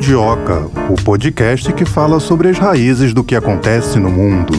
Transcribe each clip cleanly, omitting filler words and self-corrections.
Mundioca, o podcast que fala sobre as raízes do que acontece no mundo.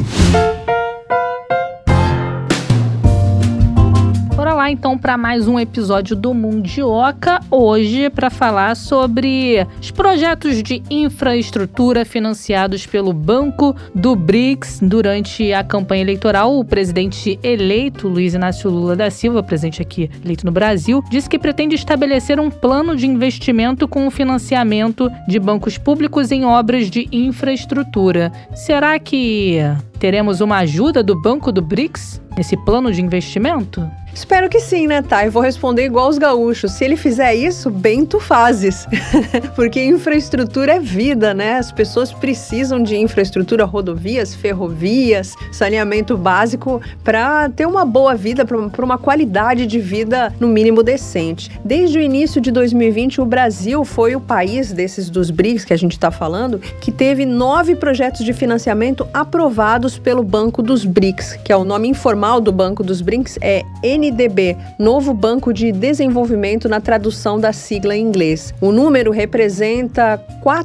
Bora lá então para mais um episódio do Mundioca, hoje para falar sobre os projetos de infraestrutura financiados pelo Banco do BRICS. Durante a campanha eleitoral, o presidente eleito, Luiz Inácio Lula da Silva, presidente aqui eleito no Brasil, disse que pretende estabelecer um plano de investimento com o financiamento de bancos públicos em obras de infraestrutura. Será que teremos uma ajuda do Banco do BRICS nesse plano de investimento? Espero que sim, né, Thay? Eu vou responder igual os gaúchos. Se ele fizer isso, bem tu fazes. Porque infraestrutura é vida, né? As pessoas precisam de infraestrutura, rodovias, ferrovias, saneamento básico para ter uma boa vida, para uma qualidade de vida no mínimo decente. Desde o início de 2020, o Brasil foi o país desses dos BRICS que a gente está falando, que teve 9 projetos de financiamento aprovados pelo Banco dos BRICS, que é o nome informal do Banco dos BRICS, é NDB, Novo Banco de Desenvolvimento na tradução da sigla em inglês. O número representa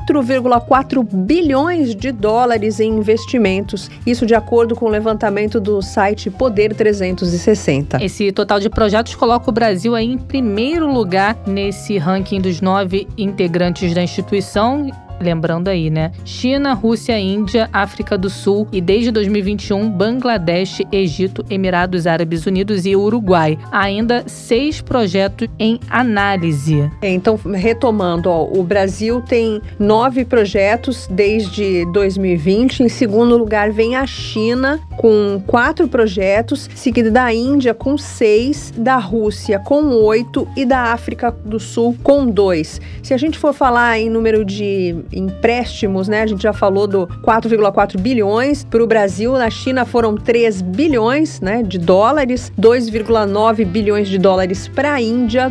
4,4 bilhões de dólares em investimentos, isso de acordo com o levantamento do site Poder 360. Esse total de projetos coloca o Brasil aí em primeiro lugar nesse ranking dos 9 integrantes da instituição. Lembrando aí, né? China, Rússia, Índia, África do Sul e desde 2021, Bangladesh, Egito, Emirados Árabes Unidos e Uruguai. Ainda 6 projetos em análise. Então, retomando, o Brasil tem 9 projetos desde 2020. Em segundo lugar, vem a China com 4 projetos, seguida da Índia com 6, da Rússia com 8 e da África do Sul com 2. Se a gente for falar em número de empréstimos, né? A gente já falou do 4,4 bilhões para o Brasil. Na China foram 3 bilhões, né, de dólares, 2,9 bilhões de dólares para a Índia,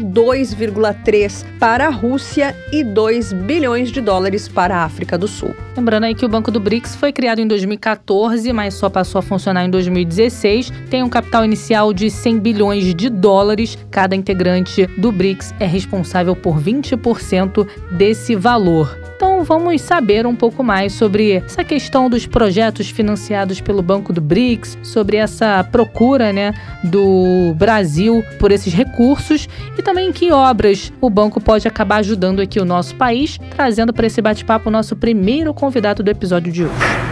2,3 para a Rússia e 2 bilhões de dólares para a África do Sul. Lembrando aí que o Banco do BRICS foi criado em 2014, mas só passou a funcionar em 2016. Tem um capital inicial de 100 bilhões de dólares. Cada integrante do BRICS é responsável por 20% desse valor. Então vamos saber um pouco mais sobre essa questão dos projetos financiados pelo Banco do BRICS, sobre essa procura, né, do Brasil por esses recursos e também que obras o banco pode acabar ajudando aqui o nosso país, trazendo para esse bate-papo o nosso primeiro convidado do episódio de hoje.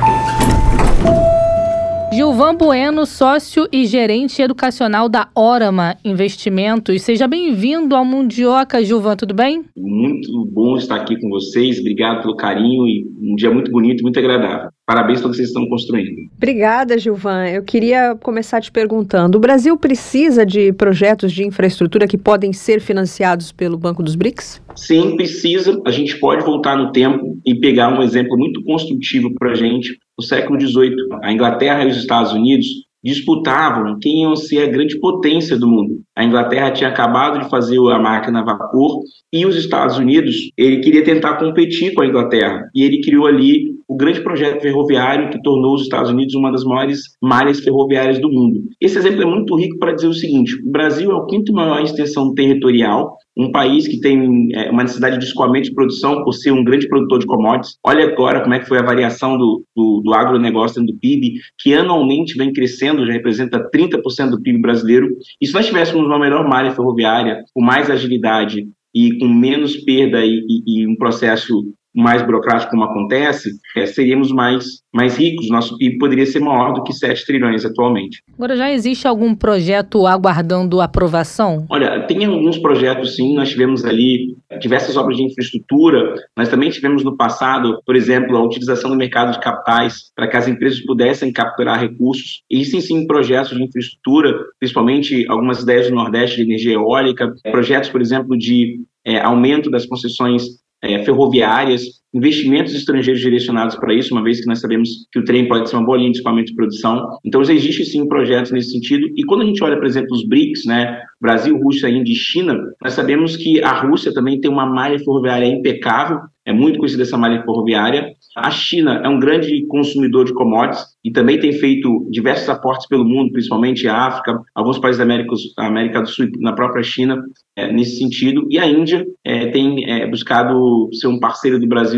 Gilvan Bueno, sócio e gerente educacional da Orama Investimentos. Seja bem-vindo ao Mundioca, Gilvan, tudo bem? Muito bom estar aqui com vocês, obrigado pelo carinho e um dia muito bonito, muito agradável. Parabéns pelo que vocês estão construindo. Obrigada, Gilvan. Eu queria começar te perguntando, o Brasil precisa de projetos de infraestrutura que podem ser financiados pelo Banco dos BRICS? Sim, precisa. A gente pode voltar no tempo e pegar um exemplo muito construtivo para a gente. No século XVIII, a Inglaterra e os Estados Unidos disputavam quem ia ser a grande potência do mundo. A Inglaterra tinha acabado de fazer a máquina a vapor e os Estados Unidos, ele queria tentar competir com a Inglaterra. E ele criou ali o grande projeto ferroviário que tornou os Estados Unidos uma das maiores malhas ferroviárias do mundo. Esse exemplo é muito rico para dizer o seguinte: o Brasil é o 5º maior extensão territorial, um país que tem uma necessidade de escoamento de produção por ser um grande produtor de commodities. Olha agora como é que foi a variação do agronegócio dentro do PIB, que anualmente vem crescendo, já representa 30% do PIB brasileiro. E se nós tivéssemos uma melhor malha ferroviária, com mais agilidade e com menos perda e um processo mais burocrático como acontece, seríamos mais ricos. Nosso PIB poderia ser maior do que 7 trilhões atualmente. Agora, já existe algum projeto aguardando aprovação? Olha, tem alguns projetos sim, nós tivemos ali diversas obras de infraestrutura, nós também tivemos no passado, por exemplo, a utilização do mercado de capitais para que as empresas pudessem capturar recursos. Existem sim projetos de infraestrutura, principalmente algumas ideias do Nordeste de energia eólica, projetos, por exemplo, de aumento das concessões ferroviárias, investimentos estrangeiros direcionados para isso, uma vez que nós sabemos que o trem pode ser uma boa linha de escoamento de produção. Então, existem sim projetos nesse sentido. E quando a gente olha, por exemplo, os BRICS, né, Brasil, Rússia, Índia e China, nós sabemos que a Rússia também tem uma malha ferroviária impecável, é muito conhecida essa malha ferroviária. A China é um grande consumidor de commodities e também tem feito diversos aportes pelo mundo, principalmente a África, alguns países da América do Sul e na própria China, nesse sentido. E a Índia tem buscado ser um parceiro do Brasil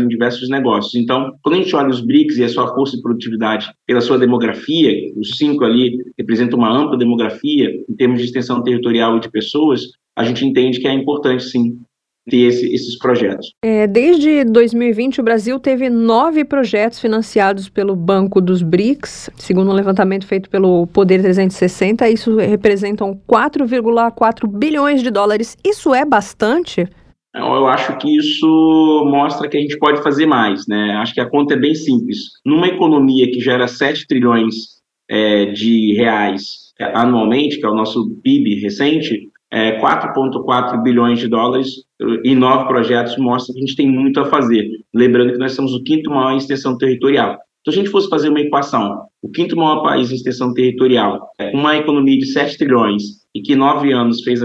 fazendo diversos negócios. Então, quando a gente olha os BRICS e a sua força de produtividade pela sua demografia, os 5 ali representam uma ampla demografia em termos de extensão territorial e de pessoas, a gente entende que é importante, sim, ter esses projetos. Desde 2020, o Brasil teve 9 projetos financiados pelo Banco dos BRICS, segundo um levantamento feito pelo Poder 360, isso representam 4,4 bilhões de dólares. Isso é bastante? Eu acho que isso mostra que a gente pode fazer mais, né? Acho que a conta é bem simples. Numa economia que gera 7 trilhões de reais anualmente, que é o nosso PIB recente, 4,4 bilhões de dólares e 9 projetos mostra que a gente tem muito a fazer. Lembrando que nós somos o 5º maior em extensão territorial. Então, se a gente fosse fazer uma equação, o 5º maior país em extensão territorial, uma economia de 7 trilhões e que em 9 anos fez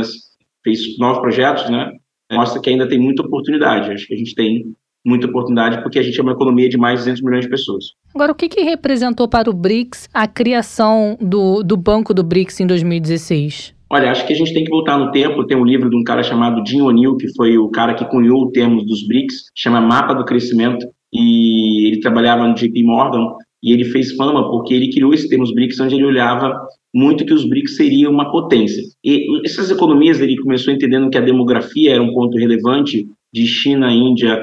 9 projetos, né, mostra que ainda tem muita oportunidade. Acho que a gente tem muita oportunidade porque a gente é uma economia de mais de 200 milhões de pessoas. Agora, o que representou para o BRICS a criação do Banco do BRICS em 2016? Olha, acho que a gente tem que voltar no tempo. Tem um livro de um cara chamado Jim O'Neill, que foi o cara que cunhou o termo dos BRICS, chama Mapa do Crescimento, e ele trabalhava no JP Morgan, e ele fez fama porque ele criou esse termo dos BRICS, onde ele olhava muito que os BRICS seriam uma potência. E essas economias, ele começou entendendo que a demografia era um ponto relevante de China, Índia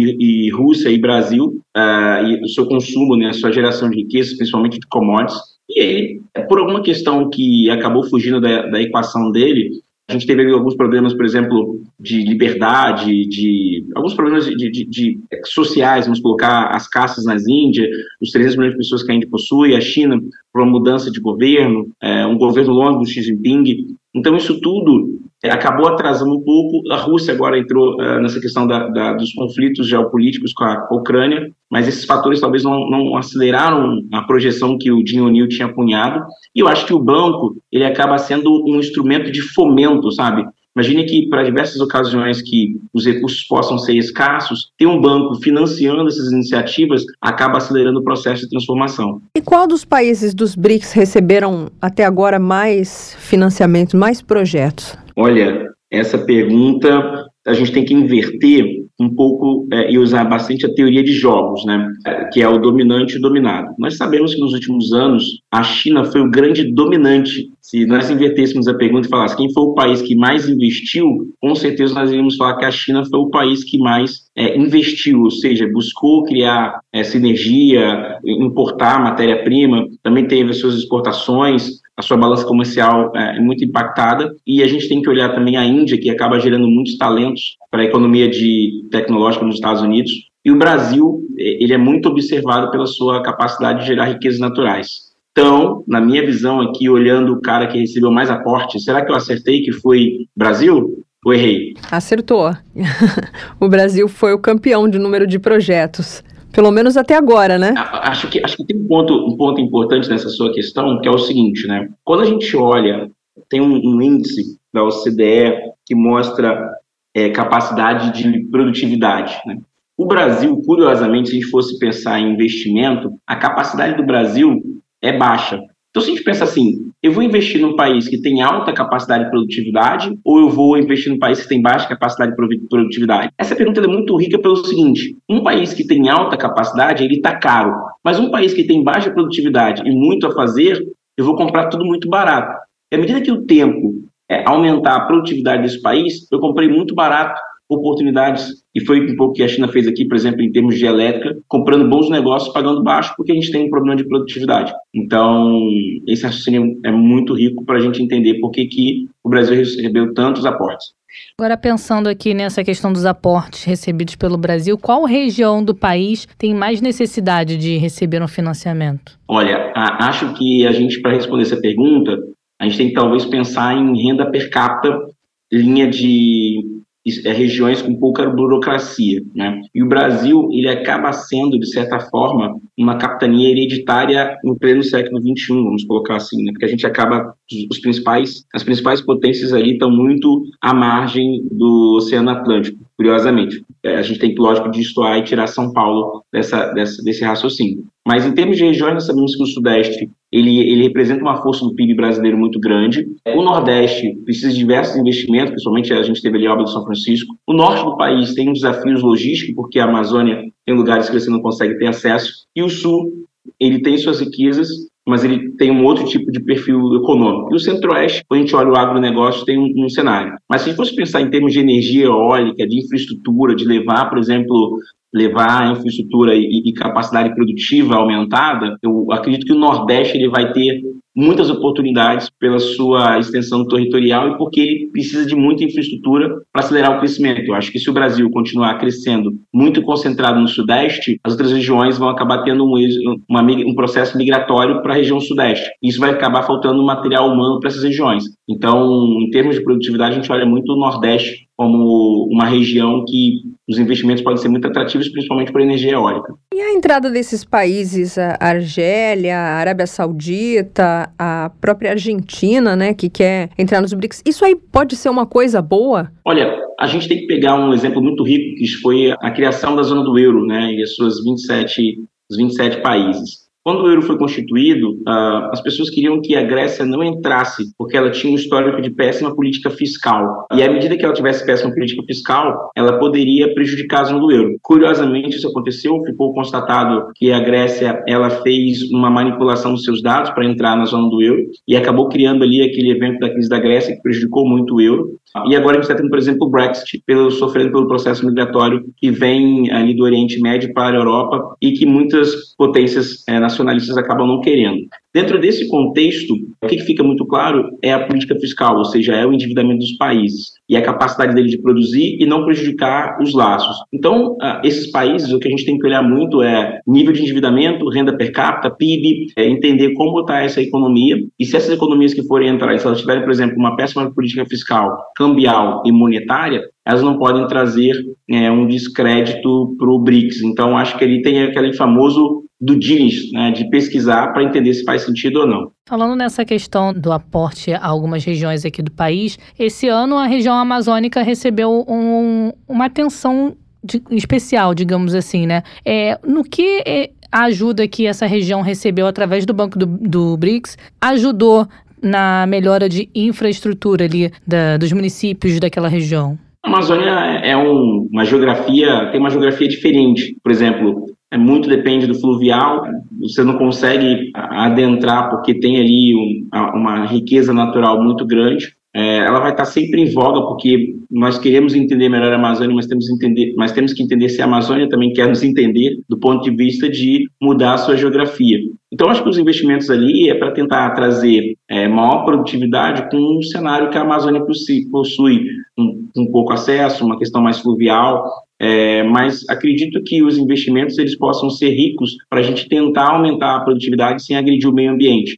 e Rússia e Brasil, e o seu consumo, né, a sua geração de riqueza, principalmente de commodities. E ele, por alguma questão que acabou fugindo da equação dele, a gente teve alguns problemas, por exemplo, de liberdade, alguns problemas de sociais, vamos colocar as caças nas Índias, os 300 milhões de pessoas que a Índia possui, a China, por uma mudança de governo, um governo longo do Xi Jinping. Então, isso tudo acabou atrasando um pouco. A Rússia agora entrou nessa questão dos conflitos geopolíticos com a Ucrânia, mas esses fatores talvez não aceleraram a projeção que o Jim O'Neill tinha cunhado. E eu acho que o banco ele acaba sendo um instrumento de fomento, sabe? Imagine que para diversas ocasiões que os recursos possam ser escassos, ter um banco financiando essas iniciativas acaba acelerando o processo de transformação. E qual dos países dos BRICS receberam até agora mais financiamento, mais projetos? Olha, essa pergunta a gente tem que inverter um pouco e usar bastante a teoria de jogos, né? Que é o dominante e o dominado. Nós sabemos que nos últimos anos a China foi o grande dominante. Se nós invertêssemos a pergunta e falasse quem foi o país que mais investiu, com certeza nós iríamos falar que a China foi o país que mais investiu, ou seja, buscou criar sinergia, importar matéria-prima, também teve as suas exportações, a sua balança comercial é muito impactada, e a gente tem que olhar também a Índia, que acaba gerando muitos talentos para a economia tecnológica nos Estados Unidos, e o Brasil, ele é muito observado pela sua capacidade de gerar riquezas naturais. Então, na minha visão aqui, olhando o cara que recebeu mais aporte, será que eu acertei que foi Brasil ou errei? Acertou. O Brasil foi o campeão de número de projetos. Pelo menos até agora, né? Acho que tem um ponto importante nessa sua questão, que é o seguinte, né? Quando a gente olha, tem um índice da OCDE que mostra capacidade de produtividade, né? O Brasil, curiosamente, se a gente fosse pensar em investimento, a capacidade do Brasil é baixa. Então, se a gente pensa assim, eu vou investir num país que tem alta capacidade de produtividade ou eu vou investir num país que tem baixa capacidade de produtividade? Essa pergunta é muito rica pelo seguinte, um país que tem alta capacidade, ele está caro, mas um país que tem baixa produtividade e muito a fazer, eu vou comprar tudo muito barato. E à medida que o tempo aumentar a produtividade desse país, eu comprei muito barato oportunidades, e foi um pouco que a China fez aqui, por exemplo, em termos de elétrica, comprando bons negócios, pagando baixo, porque a gente tem um problema de produtividade. Então, esse raciocínio é muito rico para a gente entender por que o Brasil recebeu tantos aportes. Agora, pensando aqui nessa questão dos aportes recebidos pelo Brasil, qual região do país tem mais necessidade de receber um financiamento? Olha, acho que a gente, para responder essa pergunta, a gente tem que talvez pensar em renda per capita, linha de regiões com pouca burocracia, né? E o Brasil, ele acaba sendo, de certa forma, uma capitania hereditária no pleno século XXI, vamos colocar assim, né? Porque a gente acaba, as principais potências ali estão muito à margem do Oceano Atlântico, curiosamente. A gente tem que, lógico, destoar e tirar São Paulo desse raciocínio. Mas em termos de regiões, nós sabemos que o Sudeste ele representa uma força do PIB brasileiro muito grande. O Nordeste precisa de diversos investimentos, principalmente a gente teve ali a obra do São Francisco. O Norte do país tem desafios logísticos, porque a Amazônia tem lugares que você não consegue ter acesso. E o Sul, ele tem suas riquezas, mas ele tem um outro tipo de perfil econômico. E o Centro-Oeste, quando a gente olha o agronegócio, tem um cenário. Mas se a gente fosse pensar em termos de energia eólica, de infraestrutura, de levar, por exemplo, a infraestrutura e capacidade produtiva aumentada, eu acredito que o Nordeste ele vai ter muitas oportunidades pela sua extensão territorial e porque ele precisa de muita infraestrutura para acelerar o crescimento. Eu acho que se o Brasil continuar crescendo muito concentrado no Sudeste, as outras regiões vão acabar tendo um processo migratório para a região Sudeste. Isso vai acabar faltando material humano para essas regiões. Então, em termos de produtividade, a gente olha muito o Nordeste como uma região que os investimentos podem ser muito atrativos, principalmente para a energia eólica. E a entrada desses países, a Argélia, a Arábia Saudita, a própria Argentina, né, que quer entrar nos BRICS, isso aí pode ser uma coisa boa? Olha, a gente tem que pegar um exemplo muito rico, que foi a criação da zona do euro, né, e os 27 países. Quando o euro foi constituído, as pessoas queriam que a Grécia não entrasse, porque ela tinha um histórico de péssima política fiscal. E à medida que ela tivesse péssima política fiscal, ela poderia prejudicar a zona do euro. Curiosamente, isso aconteceu, ficou constatado que a Grécia ela fez uma manipulação dos seus dados para entrar na zona do euro e acabou criando ali aquele evento da crise da Grécia que prejudicou muito o euro. E agora a gente está tendo, por exemplo, o Brexit, sofrendo pelo processo migratório que vem ali do Oriente Médio para a Europa e que muitas potências nacionalistas acabam não querendo. Dentro desse contexto, o que fica muito claro é a política fiscal, ou seja, é o endividamento dos países e a capacidade dele de produzir e não prejudicar os laços. Então, esses países, o que a gente tem que olhar muito é nível de endividamento, renda per capita, PIB, entender como está essa economia e se essas economias que forem entrar, se elas tiverem, por exemplo, uma péssima política fiscal, cambial e monetária, elas não podem trazer um descrédito para o BRICS. Então, acho que ele tem aquele famoso due diligence, né, de pesquisar para entender se faz sentido ou não. Falando nessa questão do aporte a algumas regiões aqui do país, esse ano a região amazônica recebeu uma atenção especial, digamos assim, né? No que a ajuda que essa região recebeu através do Banco do BRICS ajudou na melhora de infraestrutura ali dos municípios daquela região? A Amazônia tem uma geografia diferente. Por exemplo, muito depende do fluvial, você não consegue adentrar porque tem ali uma riqueza natural muito grande. Ela vai estar sempre em voga porque nós queremos entender melhor a Amazônia, mas temos que entender se a Amazônia também quer nos entender do ponto de vista de mudar a sua geografia. Então, acho que os investimentos ali é para tentar trazer maior produtividade com um cenário que a Amazônia possui um pouco acesso, uma questão mais fluvial, mas acredito que os investimentos eles possam ser ricos para a gente tentar aumentar a produtividade sem agredir o meio ambiente.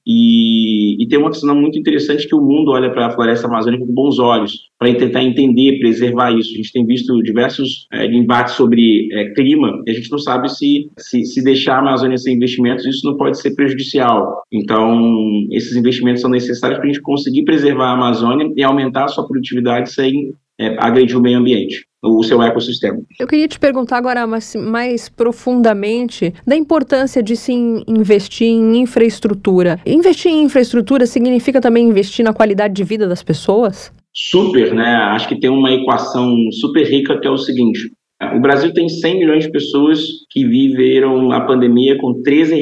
E tem uma questão muito interessante que o mundo olha para a floresta amazônica com bons olhos, para tentar entender, preservar isso. A gente tem visto diversos embates sobre clima, e a gente não sabe se deixar a Amazônia sem investimentos, isso não pode ser prejudicial. Então, esses investimentos são necessários para a gente conseguir preservar a Amazônia e aumentar a sua produtividade sem agredir o meio ambiente, o seu ecossistema. Eu queria te perguntar agora mais profundamente da importância de se investir em infraestrutura. Investir em infraestrutura significa também investir na qualidade de vida das pessoas? Super, né? Acho que tem uma equação super rica que é o seguinte: o Brasil tem 100 milhões de pessoas que viveram a pandemia com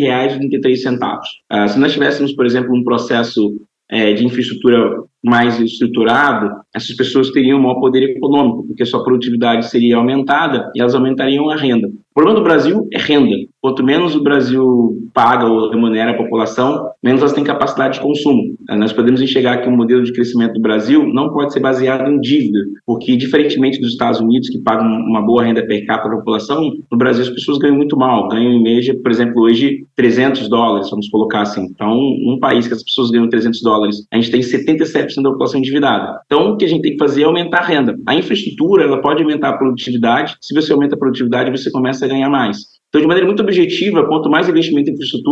R$13,33. Se nós tivéssemos, por exemplo, um processo de infraestrutura mais estruturado, essas pessoas teriam um maior poder econômico, porque sua produtividade seria aumentada e elas aumentariam a renda. O problema do Brasil é renda. Quanto menos o Brasil paga ou remunera a população, menos elas têm capacidade de consumo. Nós podemos enxergar que o modelo de crescimento do Brasil não pode ser baseado em dívida, porque diferentemente dos Estados Unidos, que pagam uma boa renda per capita da população, no Brasil as pessoas ganham muito mal. Ganham em média, por exemplo, hoje $300, vamos colocar assim. Então, num país que as pessoas ganham $300, a gente tem 77% da população endividada. Então, o que a gente tem que fazer é aumentar a renda. A infraestrutura, ela pode aumentar a produtividade. Se você aumenta a produtividade, você começa a ganhar mais. Então, de maneira muito objetiva, quanto mais investimento em infraestrutura,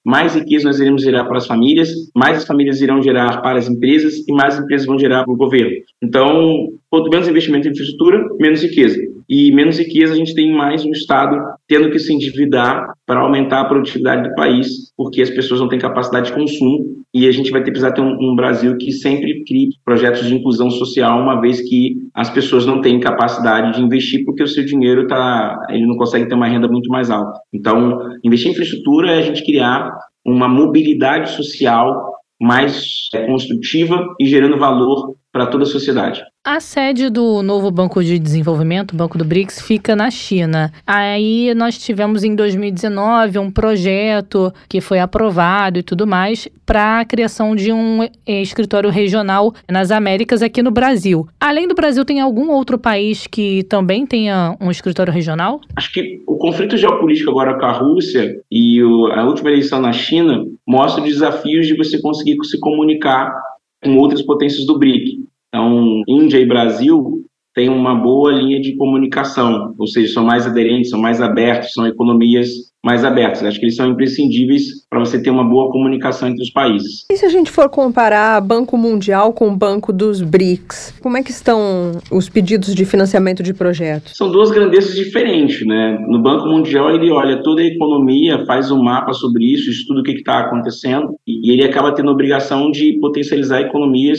mais riqueza nós iremos gerar para as famílias, mais as famílias irão gerar para as empresas e mais as empresas vão gerar para o governo. Então, quanto menos investimento em infraestrutura, menos riqueza. E menos riqueza a gente tem mais um Estado tendo que se endividar para aumentar a produtividade do país, porque as pessoas não têm capacidade de consumo e a gente vai precisar ter um Brasil que sempre crie projetos de inclusão social, uma vez que as pessoas não têm capacidade de investir porque o seu dinheiro ele não consegue ter uma renda muito mais alta. Então, investir em infraestrutura é a gente criar uma mobilidade social mais construtiva e gerando valor para toda a sociedade. A sede do novo Banco de Desenvolvimento, o Banco do BRICS, fica na China. Aí nós tivemos em 2019 um projeto que foi aprovado e tudo mais para a criação de um escritório regional nas Américas aqui no Brasil. Além do Brasil, tem algum outro país que também tenha um escritório regional? Acho que o conflito geopolítico agora com a Rússia e a última eleição na China mostra os desafios de você conseguir se comunicar com outras potências do BRIC. Então, Índia e Brasil têm uma boa linha de comunicação, ou seja, são mais aderentes, são mais abertos, são economias mais abertas. Acho que eles são imprescindíveis para você ter uma boa comunicação entre os países. E se a gente for comparar Banco Mundial com o Banco dos BRICS, como é que estão os pedidos de financiamento de projetos? São duas grandezas diferentes, né? No Banco Mundial, ele olha toda a economia, faz um mapa sobre isso, estuda o que está acontecendo, e ele acaba tendo a obrigação de potencializar economias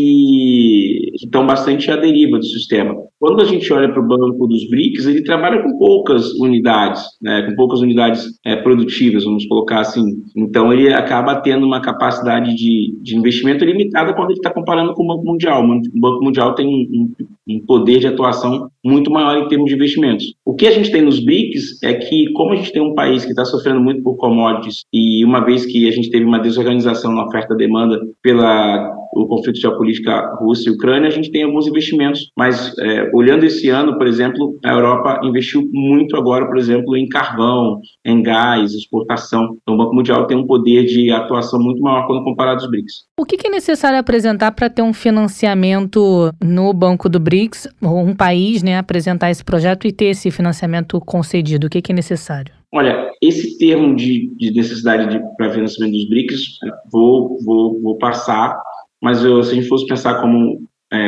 que estão bastante à deriva do sistema. Quando a gente olha para o Banco dos BRICS, ele trabalha com poucas unidades, né? Com poucas unidades produtivas, vamos colocar assim. Então, ele acaba tendo uma capacidade de investimento limitada quando ele está comparando com o Banco Mundial. O Banco Mundial tem um poder de atuação muito maior em termos de investimentos. O que a gente tem nos BRICS é que, como a gente tem um país que está sofrendo muito por commodities e uma vez que a gente teve uma desorganização na oferta e demanda pelo conflito geopolítico Rússia e Ucrânia, a gente tem alguns investimentos, mas olhando esse ano, por exemplo, a Europa investiu muito agora, por exemplo, em carvão, em gás, exportação. Então o Banco Mundial tem um poder de atuação muito maior quando comparado aos BRICS. O que é necessário apresentar para ter um financiamento no Banco do BRICS, ou um país, né, apresentar esse projeto e ter esse financiamento concedido? O que é necessário? Olha, esse termo de necessidade para financiamento dos BRICS, vou passar, mas se a gente fosse pensar como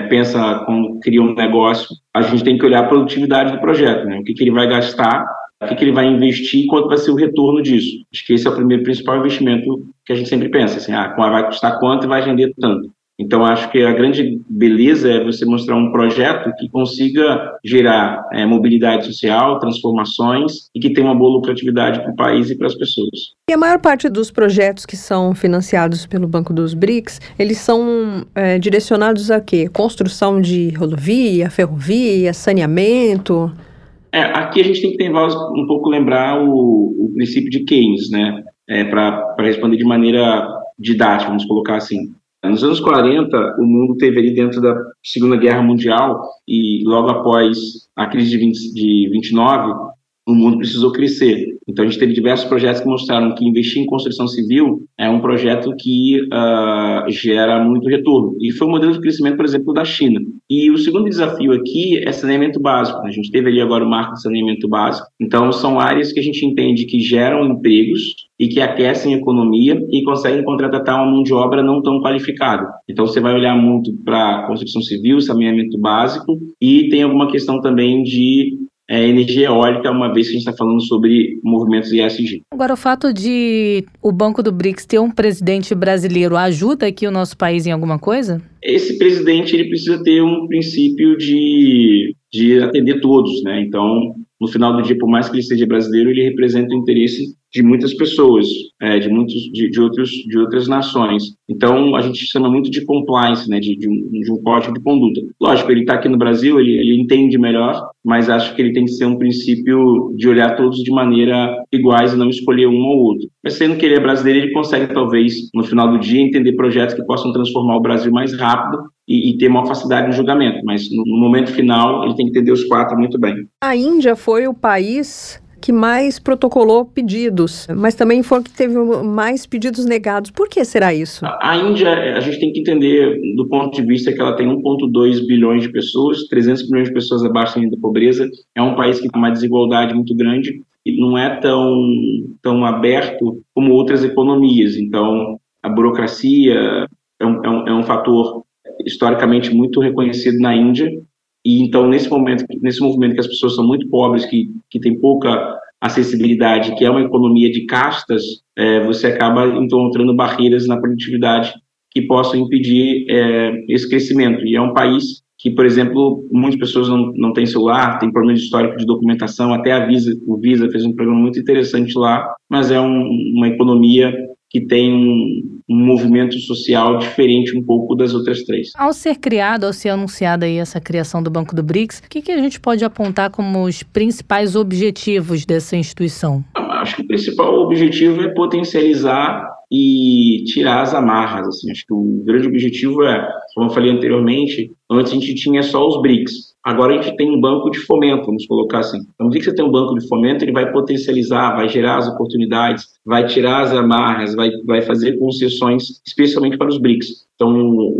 cria um negócio, a gente tem que olhar a produtividade do projeto, né? O que ele vai gastar, o que ele vai investir e quanto vai ser o retorno disso. Acho que esse é o primeiro principal investimento que a gente sempre pensa, assim, vai custar quanto e vai render tanto. Então, acho que a grande beleza é você mostrar um projeto que consiga gerar mobilidade social, transformações e que tenha uma boa lucratividade para o país e para as pessoas. E a maior parte dos projetos que são financiados pelo Banco dos BRICS, eles são direcionados a quê? Construção de rodovia, ferrovia, saneamento? Aqui a gente tem que um pouco lembrar o princípio de Keynes, né? Para responder de maneira didática, vamos colocar assim. Nos anos 40, o mundo teve ali dentro da Segunda Guerra Mundial e logo após a crise de 29, o mundo precisou crescer. Então, a gente teve diversos projetos que mostraram que investir em construção civil é um projeto que gera muito retorno. E foi o modelo de crescimento, por exemplo, da China. E o segundo desafio aqui é saneamento básico. A gente teve ali agora o marco de saneamento básico. Então, são áreas que a gente entende que geram empregos e que aquecem a economia e conseguem contratar uma mão de obra não tão qualificada. Então, você vai olhar muito para construção civil, saneamento básico e tem alguma questão também de energia eólica, uma vez que a gente está falando sobre movimentos ESG. Agora, o fato de o Banco do BRICS ter um presidente brasileiro ajuda aqui o nosso país em alguma coisa? Esse presidente ele precisa ter um princípio de atender todos, né? Então, no final do dia, por mais que ele seja brasileiro, ele representa o interesse de muitas pessoas, de outras nações. Então, a gente chama muito de compliance, né, de um código de conduta. Lógico, ele está aqui no Brasil, ele entende melhor, mas acho que ele tem que ser um princípio de olhar todos de maneira iguais e não escolher um ou outro. Mas sendo que ele é brasileiro, ele consegue, talvez, no final do dia, entender projetos que possam transformar o Brasil mais rápido e ter maior facilidade no julgamento. Mas, no momento final, ele tem que entender os quatro muito bem. A Índia foi o país que mais protocolou pedidos, mas também foi que teve mais pedidos negados. Por que será isso? A Índia, a gente tem que entender do ponto de vista que ela tem 1,2 bilhões de pessoas, 300 milhões de pessoas abaixo da linha da pobreza. É um país que tem uma desigualdade muito grande e não é tão aberto como outras economias. Então, a burocracia é um fator historicamente muito reconhecido na Índia. E então, nesse movimento que as pessoas são muito pobres, que tem pouca acessibilidade, que é uma economia de castas, você acaba encontrando barreiras na produtividade que possam impedir esse crescimento. E é um país que, por exemplo, muitas pessoas não têm celular, tem problema de histórico de documentação, até o Visa fez um programa muito interessante lá, mas é uma economia que tem um movimento social diferente um pouco das outras três. Ao ser anunciada aí essa criação do Banco do BRICS, o que a gente pode apontar como os principais objetivos dessa instituição? Acho que o principal objetivo é potencializar e tirar as amarras. Assim. Acho que o grande objetivo como eu falei anteriormente, antes a gente tinha só os BRICS. Agora a gente tem um banco de fomento, vamos colocar assim. Então, que você tem um banco de fomento, ele vai potencializar, vai gerar as oportunidades, vai tirar as amarras, vai fazer concessões, especialmente para os BRICS. Então,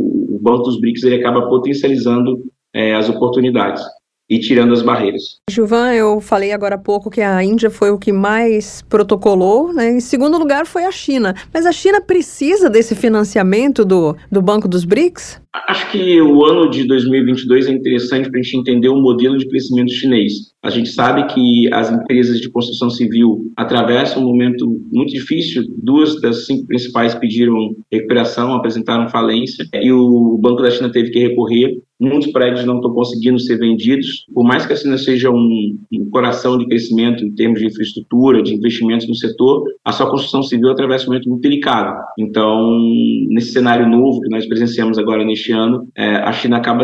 o banco dos BRICS ele acaba potencializando as oportunidades e tirando as barreiras. Gilvan, eu falei agora há pouco que a Índia foi o que mais protocolou, né? Em segundo lugar foi a China. Mas a China precisa desse financiamento do Banco dos BRICS? Acho que o ano de 2022 é interessante para a gente entender o modelo de crescimento chinês. A gente sabe que as empresas de construção civil atravessam um momento muito difícil. 2 das 5 principais pediram recuperação, apresentaram falência, e o Banco da China teve que recorrer. Muitos prédios não estão conseguindo ser vendidos. Por mais que a China seja um coração de crescimento em termos de infraestrutura, de investimentos no setor, a sua construção civil atravessa um momento muito delicado. Então, nesse cenário novo que nós presenciamos agora neste ano, a China acaba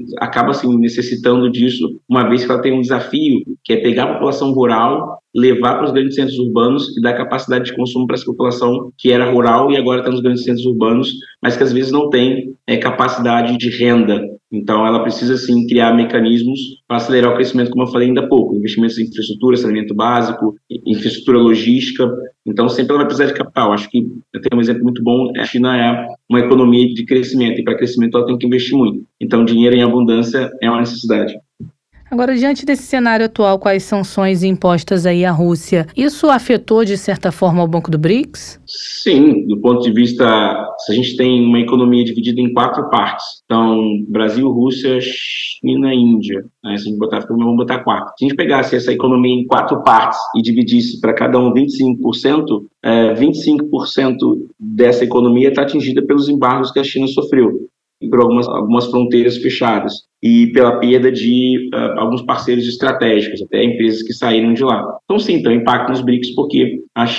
se necessitando disso, uma vez que ela tem um desafio, que é pegar a população rural, levar para os grandes centros urbanos e dar capacidade de consumo para essa população que era rural e agora está nos grandes centros urbanos, mas que às vezes não tem capacidade de renda. Então, ela precisa, sim, criar mecanismos para acelerar o crescimento, como eu falei ainda há pouco, investimentos em infraestrutura, saneamento básico, infraestrutura logística. Então, sempre ela vai precisar de capital. Acho que eu tenho um exemplo muito bom, a China é uma economia de crescimento, e para crescimento ela tem que investir muito. Então, dinheiro em abundância é uma necessidade. Agora, diante desse cenário atual, com as sanções impostas aí à Rússia, isso afetou, de certa forma, o Banco do BRICS? Sim, do ponto de vista, se a gente tem uma economia dividida em 4 partes, então Brasil, Rússia, China e Índia, né? Se a gente vamos botar 4. Se a gente pegasse essa economia em 4 partes e dividisse para cada um 25%, 25% dessa economia está atingida pelos embargos que a China sofreu, e por algumas fronteiras fechadas, e pela perda de alguns parceiros estratégicos, até empresas que saíram de lá. Então, sim, tem um impacto nos BRICS, porque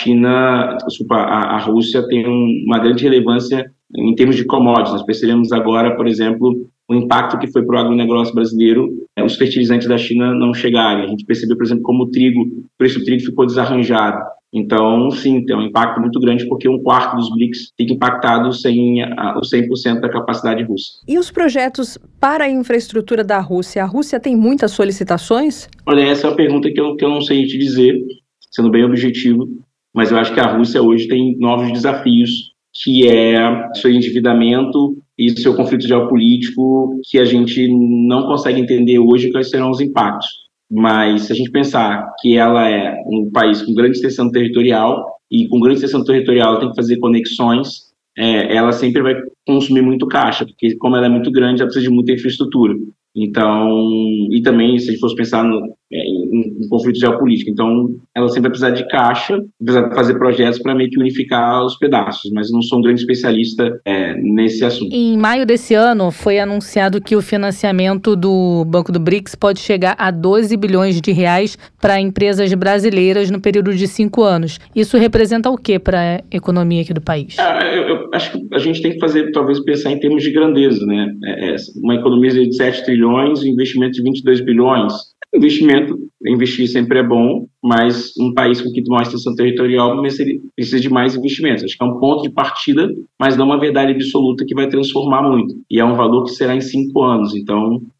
a Rússia tem uma grande relevância em termos de commodities. Nós percebemos agora, por exemplo, o impacto que foi para o agronegócio brasileiro, os fertilizantes da China não chegarem. A gente percebeu, por exemplo, como o preço do trigo ficou desarranjado. Então, sim, tem um impacto muito grande, porque 1/4 dos BRICS fica impactado sem os 100% da capacidade russa. E os projetos para a infraestrutura da Rússia? A Rússia tem muitas solicitações? Olha, essa é uma pergunta que eu não sei te dizer, sendo bem objetivo, mas eu acho que a Rússia hoje tem novos desafios, que é seu endividamento e seu conflito geopolítico, que a gente não consegue entender hoje quais serão os impactos. Mas se a gente pensar que ela é um país com grande extensão territorial, e com grande extensão territorial ela tem que fazer conexões, ela sempre vai consumir muito caixa, porque como ela é muito grande, ela precisa de muita infraestrutura. Então, e também, se a gente fosse pensar em conflito geopolítico, então ela sempre vai precisar de caixa, precisa fazer projetos para meio que unificar os pedaços, mas eu não sou um grande especialista nesse assunto. Em maio desse ano, foi anunciado que o financiamento do Banco do BRICS pode chegar a 12 bilhões de reais para empresas brasileiras no período de 5 anos. Isso representa o que para a economia aqui do país? Eu acho que a gente tem que talvez pensar em termos de grandeza, né? Uma economia de 7 trilhões, um investimento de 22 bilhões. Investir sempre é bom, mas um país com que tem uma extensão territorial precisa de mais investimentos. Acho que é um ponto de partida, mas não uma verdade absoluta que vai transformar muito. E é um valor que será em 5 anos. Então,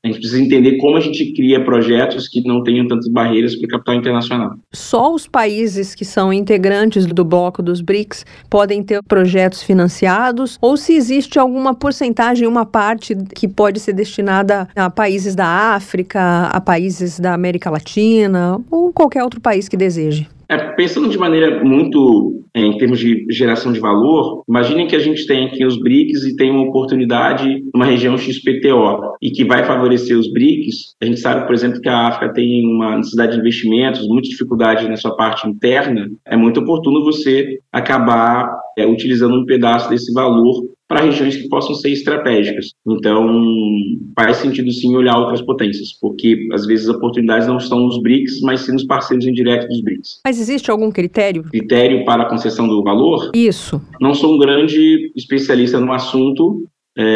A gente precisa entender como a gente cria projetos que não tenham tantas barreiras para o capital internacional. Só os países que são integrantes do bloco dos BRICS podem ter projetos financiados, ou se existe alguma porcentagem, uma parte que pode ser destinada a países da África, a países da América Latina ou qualquer outro país que deseje. Pensando de maneira muito em termos de geração de valor, imaginem que a gente tem aqui os BRICS e tem uma oportunidade numa região XPTO e que vai favorecer os BRICS. A gente sabe, por exemplo, que a África tem uma necessidade de investimentos, muita dificuldade na sua parte interna. É muito oportuno você acabar utilizando um pedaço desse valor para regiões que possam ser estratégicas. Então, faz sentido sim olhar outras potências, porque às vezes as oportunidades não estão nos BRICS, mas sim nos parceiros indiretos dos BRICS. Mas existe algum critério? Critério para a concessão do valor? Isso. Não sou um grande especialista no assunto,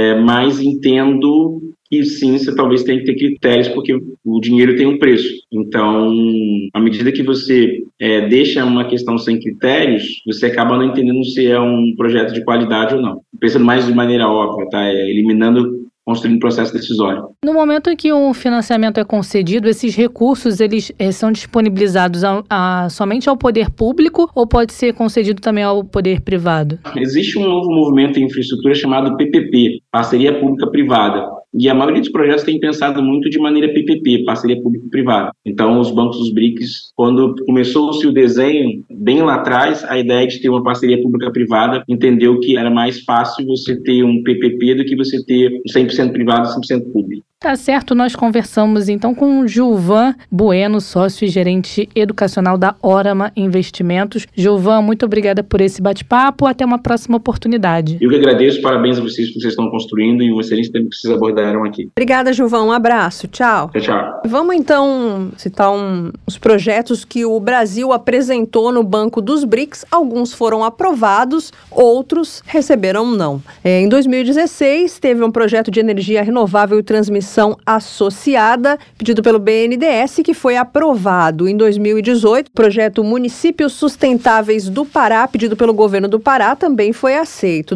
mas entendo que sim, você talvez tenha que ter critérios, porque o dinheiro tem um preço. Então, à medida que você deixa uma questão sem critérios, você acaba não entendendo se é um projeto de qualidade ou não. Pensando mais de maneira óbvia, tá? Construindo um processo decisório. No momento em que um financiamento é concedido, esses recursos eles são disponibilizados somente ao poder público ou pode ser concedido também ao poder privado? Existe um novo movimento em infraestrutura chamado PPP, Parceria Pública-Privada. E a maioria dos projetos tem pensado muito de maneira PPP, Parceria Público-Privada. Então, os bancos dos BRICS, quando começou-se o desenho, bem lá atrás, a ideia de ter uma parceria pública-privada, entendeu que era mais fácil você ter um PPP do que você ter 100% privado e 100% público. Tá certo, nós conversamos então com Gilvan Bueno, sócio e gerente educacional da Orama Investimentos. Gilvan, muito obrigada por esse bate-papo, até uma próxima oportunidade. Eu que agradeço, parabéns a vocês por que vocês estão construindo e um excelente tempo que vocês abordaram aqui. Obrigada, Gilvan, um abraço, tchau. Tchau. Vamos então citar os projetos que o Brasil apresentou no Banco dos BRICS. Alguns foram aprovados, outros receberam não. Em 2016, teve um projeto de energia renovável e transmissão associada, pedido pelo BNDES, que foi aprovado. Em 2018, o projeto Municípios Sustentáveis do Pará, pedido pelo governo do Pará, também foi aceito.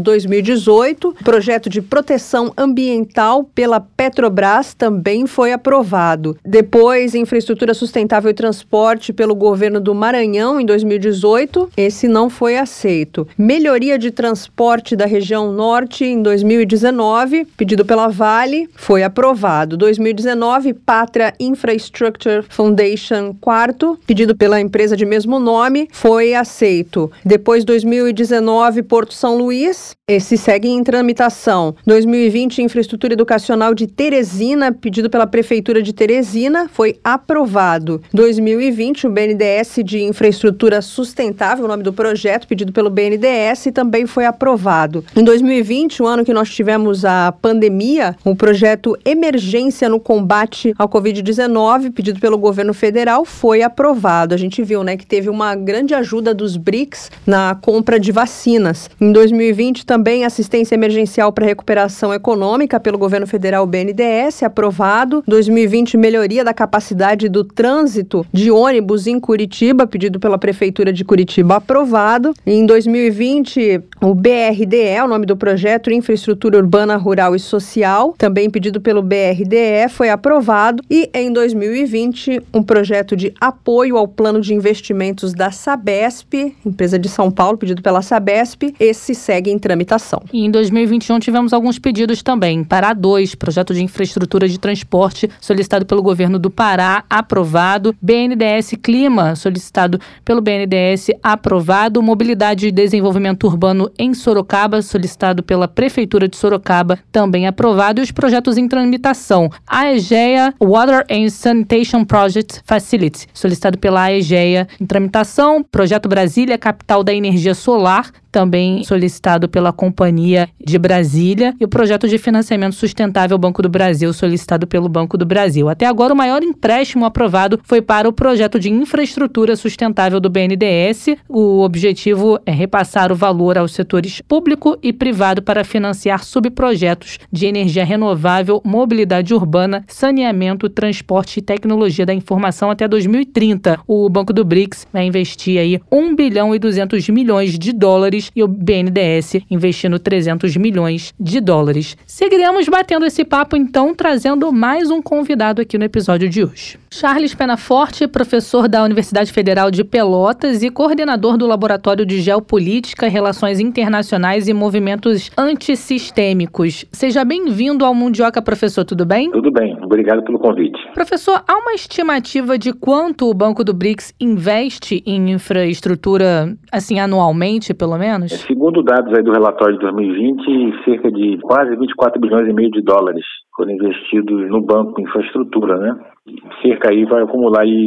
2018, projeto de proteção ambiental pela Petrobras também foi aprovado. Depois, infraestrutura sustentável e transporte pelo governo do Maranhão, em 2018, esse não foi aceito. Melhoria de transporte da região norte, em 2019, pedido pela Vale, foi aprovado. 2019, Pátria Infrastructure Foundation IV, pedido pela empresa de mesmo nome, foi aceito. Depois, 2019, Porto São Luís, esse segue em tramitação. 2020, Infraestrutura Educacional de Teresina, pedido pela Prefeitura de Teresina, foi aprovado. 2020, o BNDES de Infraestrutura Sustentável, o nome do projeto, pedido pelo BNDES, também foi aprovado. Em 2020, o ano que nós tivemos a pandemia, o projeto Emergência no Combate ao Covid-19, pedido pelo governo federal, foi aprovado. A gente viu, que teve uma grande ajuda dos BRICS na compra de vacinas. Em 2020, também assistência emergencial para recuperação econômica pelo governo federal BNDES, aprovado. 2020, melhoria da capacidade do trânsito de ônibus em Curitiba, pedido pela Prefeitura de Curitiba, aprovado. Em 2020, o BRDE, o nome do projeto, Infraestrutura Urbana, Rural e Social, também pedido pelo BRDE, foi aprovado. E em 2020, um projeto de apoio ao plano de investimentos da Sabesp, empresa de São Paulo, pedido pela Sabesp, esse segue em tramitação. E em 2021 tivemos alguns pedidos também. Pará 2, projeto de infraestrutura de transporte, solicitado pelo governo do Pará, aprovado. BNDES Clima, solicitado pelo BNDES, aprovado. Mobilidade e desenvolvimento urbano em Sorocaba, solicitado pela Prefeitura de Sorocaba, também aprovado. E os projetos em tramitação. AEGEA Water and Sanitation Project Facility, solicitado pela AEGEA, em tramitação. Projeto Brasília, capital da energia solar, também solicitado pela Companhia de Brasília, e o projeto de financiamento sustentável Banco do Brasil, solicitado pelo Banco do Brasil. Até agora, o maior empréstimo aprovado foi para o projeto de infraestrutura sustentável do BNDES. O objetivo é repassar o valor aos setores público e privado para financiar subprojetos de energia renovável, mobilidade urbana, saneamento, transporte e tecnologia da informação até 2030. O Banco do BRICS vai investir aí US$ 1,2 bilhão milhões e o BNDES investindo 300 milhões de dólares. Seguiremos batendo esse papo, então, trazendo mais um convidado aqui no episódio de hoje. Charles Penaforte, professor da Universidade Federal de Pelotas e coordenador do Laboratório de Geopolítica, Relações Internacionais e Movimentos Antissistêmicos. Seja bem-vindo ao Mundioca, professor, tudo bem? Tudo bem, obrigado pelo convite. Professor, há uma estimativa de quanto o Banco do BRICS investe em infraestrutura, assim, anualmente, pelo menos? Segundo dados aí do relatório de 2020, cerca de quase 24 bilhões e meio de dólares foram investidos no banco em infraestrutura, né? Cerca aí vai acumular aí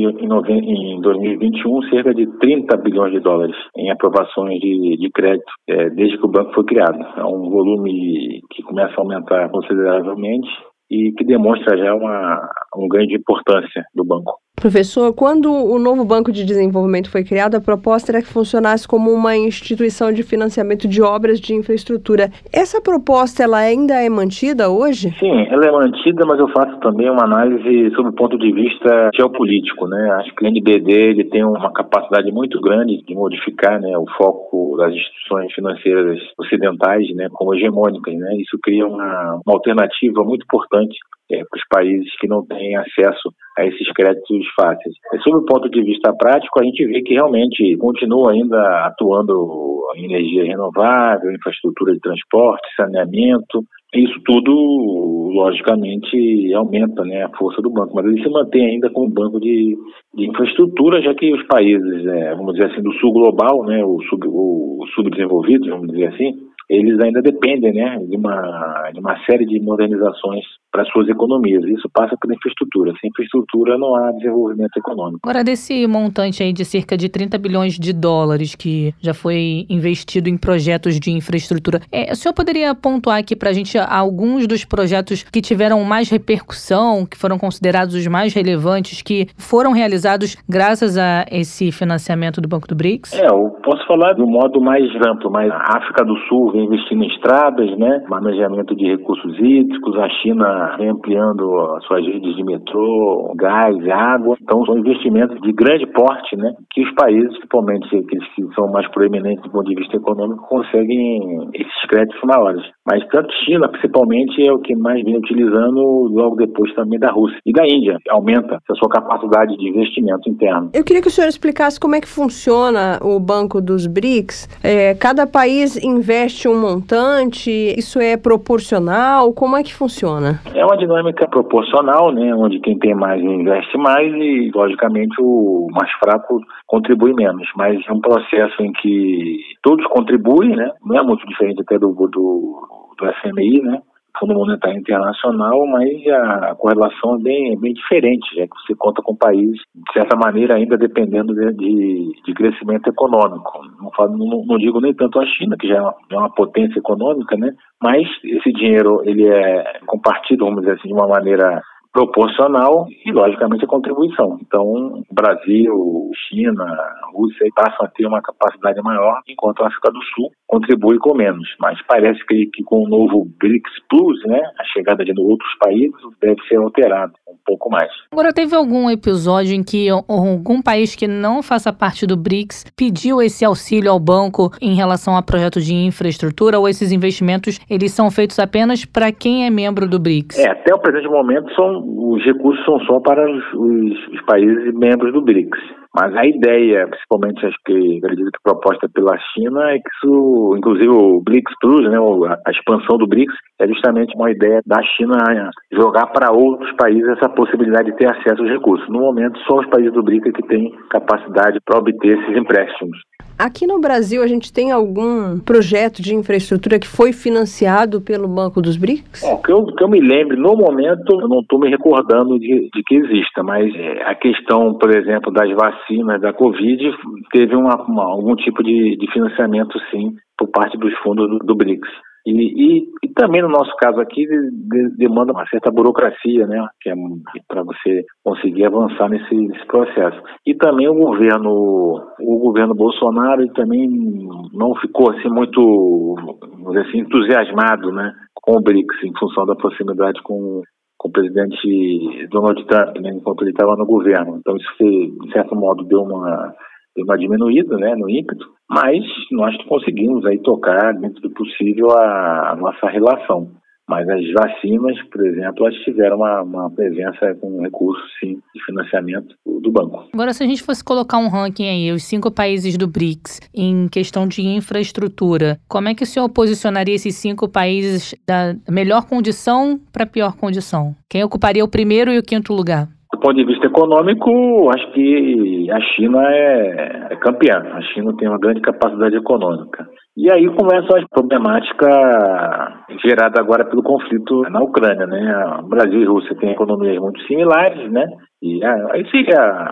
em 2021 cerca de 30 bilhões de dólares em aprovações de crédito, desde que o banco foi criado. É um volume que começa a aumentar consideravelmente e que demonstra já um ganho de importância do banco. Professor, quando o novo Banco de Desenvolvimento foi criado, a proposta era que funcionasse como uma instituição de financiamento de obras de infraestrutura. Essa proposta, ela ainda é mantida hoje? Sim, ela é mantida, mas eu faço também uma análise sob o ponto de vista geopolítico, né? Acho que o NBD ele tem uma capacidade muito grande de modificar, né, o foco das instituições financeiras ocidentais, né, como hegemônicas, né? Isso cria uma alternativa muito importante para os países que não têm acesso a esses créditos fáceis. Sob o ponto de vista prático, a gente vê que realmente continua ainda atuando em energia renovável, infraestrutura de transporte, saneamento. Isso tudo, logicamente, aumenta, né, a força do banco, mas ele se mantém ainda como banco de infraestrutura, já que os países, vamos dizer assim, do sul global, né, os subdesenvolvidos, vamos dizer assim, eles ainda dependem, né, de uma série de modernizações para suas economias. Isso passa pela infraestrutura. Sem infraestrutura não há desenvolvimento econômico. Agora, desse montante aí de cerca de 30 bilhões de dólares que já foi investido em projetos de infraestrutura, o senhor poderia pontuar aqui para a gente alguns dos projetos que tiveram mais repercussão, que foram considerados os mais relevantes, que foram realizados graças a esse financiamento do Banco do BRICS? Eu posso falar do modo mais amplo, mas a África do Sul vem investindo em estradas, né, manejamento de recursos hídricos, a China vem ampliando as suas redes de metrô, gás, água. Então, são investimentos de grande porte, né, que os países, principalmente aqueles que são mais proeminentes do ponto de vista econômico, conseguem esses créditos maiores. Mas tanto China, principalmente, é o que mais vem utilizando, logo depois também da Rússia. E da Índia, aumenta a sua capacidade de investimento interno. Eu queria que o senhor explicasse como é que funciona o Banco dos BRICS. Cada país investe um montante, isso é proporcional? Como é que funciona? É uma dinâmica proporcional, né, onde quem tem mais investe mais e, logicamente, o mais fraco contribui menos. Mas é um processo em que todos contribuem, né, não é muito diferente até do FMI, né, Fundo Monetário Internacional, mas a correlação é bem diferente, já que você conta com países, de certa maneira, ainda dependendo de crescimento econômico. Não digo nem tanto a China, que já é uma potência econômica, né? Mas esse dinheiro ele é compartido, vamos dizer assim, de uma maneira proporcional e, logicamente, a contribuição. Então, Brasil, China, Rússia passam a ter uma capacidade maior, enquanto a África do Sul contribui com menos. Mas parece que com o novo BRICS Plus, né, a chegada de outros países deve ser alterado um pouco mais. Agora, teve algum episódio em que algum país que não faça parte do BRICS pediu esse auxílio ao banco em relação a projetos de infraestrutura, ou esses investimentos eles são feitos apenas para quem é membro do BRICS? Até o presente momento os recursos são só para os países membros do BRICS. Mas a ideia, principalmente, acredito que proposta pela China, é que isso, inclusive o BRICS Plus, né, a expansão do BRICS, é justamente uma ideia da China jogar para outros países essa possibilidade de ter acesso aos recursos. No momento, só os países do BRICS que têm capacidade para obter esses empréstimos. Aqui no Brasil, a gente tem algum projeto de infraestrutura que foi financiado pelo Banco dos BRICS? Que eu me lembre, no momento, eu não estou me recordando de que exista, mas a questão, por exemplo, das vacinas da Covid, teve algum tipo de financiamento, sim, por parte dos fundos do BRICS. E também no nosso caso aqui demanda uma certa burocracia, né, que é para você conseguir avançar nesse processo. E também o governo Bolsonaro também não ficou assim muito, vamos dizer assim, entusiasmado, né, com o BRICS em função da proximidade com o presidente Donald Trump, né, enquanto ele estava no governo. Então isso, de certo modo, deu uma deu uma diminuída, né, no ímpeto, mas nós conseguimos aí tocar dentro do possível a nossa relação. Mas as vacinas, por exemplo, elas tiveram uma presença com recurso, sim, de financiamento do banco. Agora, se a gente fosse colocar um ranking aí, os 5 países do BRICS, em questão de infraestrutura, como é que o senhor posicionaria esses 5 países da melhor condição para a pior condição? Quem ocuparia o primeiro e o quinto lugar? Do ponto de vista econômico, acho que a China é campeã. A China tem uma grande capacidade econômica. E aí começa a problemática gerada agora pelo conflito na Ucrânia, né? O Brasil e a Rússia têm economias muito similares, né? E aí seria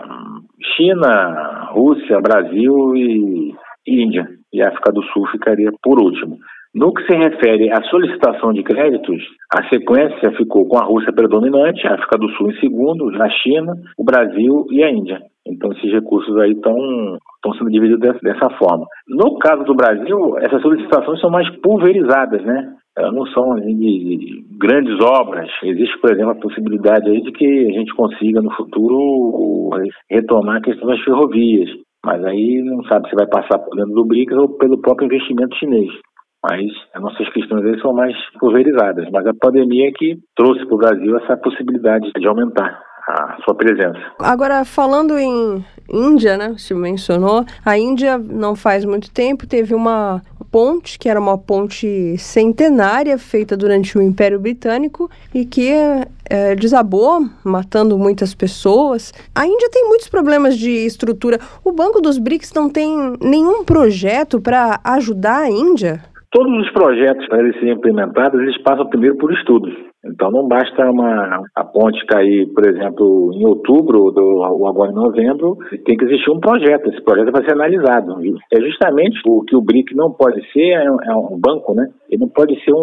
China, Rússia, Brasil e Índia. E a África do Sul ficaria por último. No que se refere à solicitação de créditos, a sequência ficou com a Rússia predominante, a África do Sul em segundo, a China, o Brasil e a Índia. Então esses recursos aí estão sendo divididos dessa forma. No caso do Brasil, essas solicitações são mais pulverizadas, né? Elas não são de grandes obras. Existe, por exemplo, a possibilidade aí de que a gente consiga no futuro retomar a questão das ferrovias. Mas aí não sabe se vai passar por dentro do BRICS ou pelo próprio investimento chinês. Mas as nossas questões aí são mais pulverizadas. Mas a pandemia que trouxe para o Brasil essa possibilidade de aumentar a sua presença. Agora, falando em Índia, né, você mencionou, a Índia não faz muito tempo teve uma ponte, que era uma ponte centenária, feita durante o Império Britânico e que desabou, matando muitas pessoas. A Índia tem muitos problemas de estrutura. O Banco dos BRICS não tem nenhum projeto para ajudar a Índia? Todos os projetos, para eles serem implementados, eles passam primeiro por estudos. Então não basta a ponte cair, por exemplo, em outubro ou agora em novembro, tem que existir um projeto. Esse projeto vai ser analisado. É justamente o que o BRIC não pode ser, é um banco, né? Ele não pode ser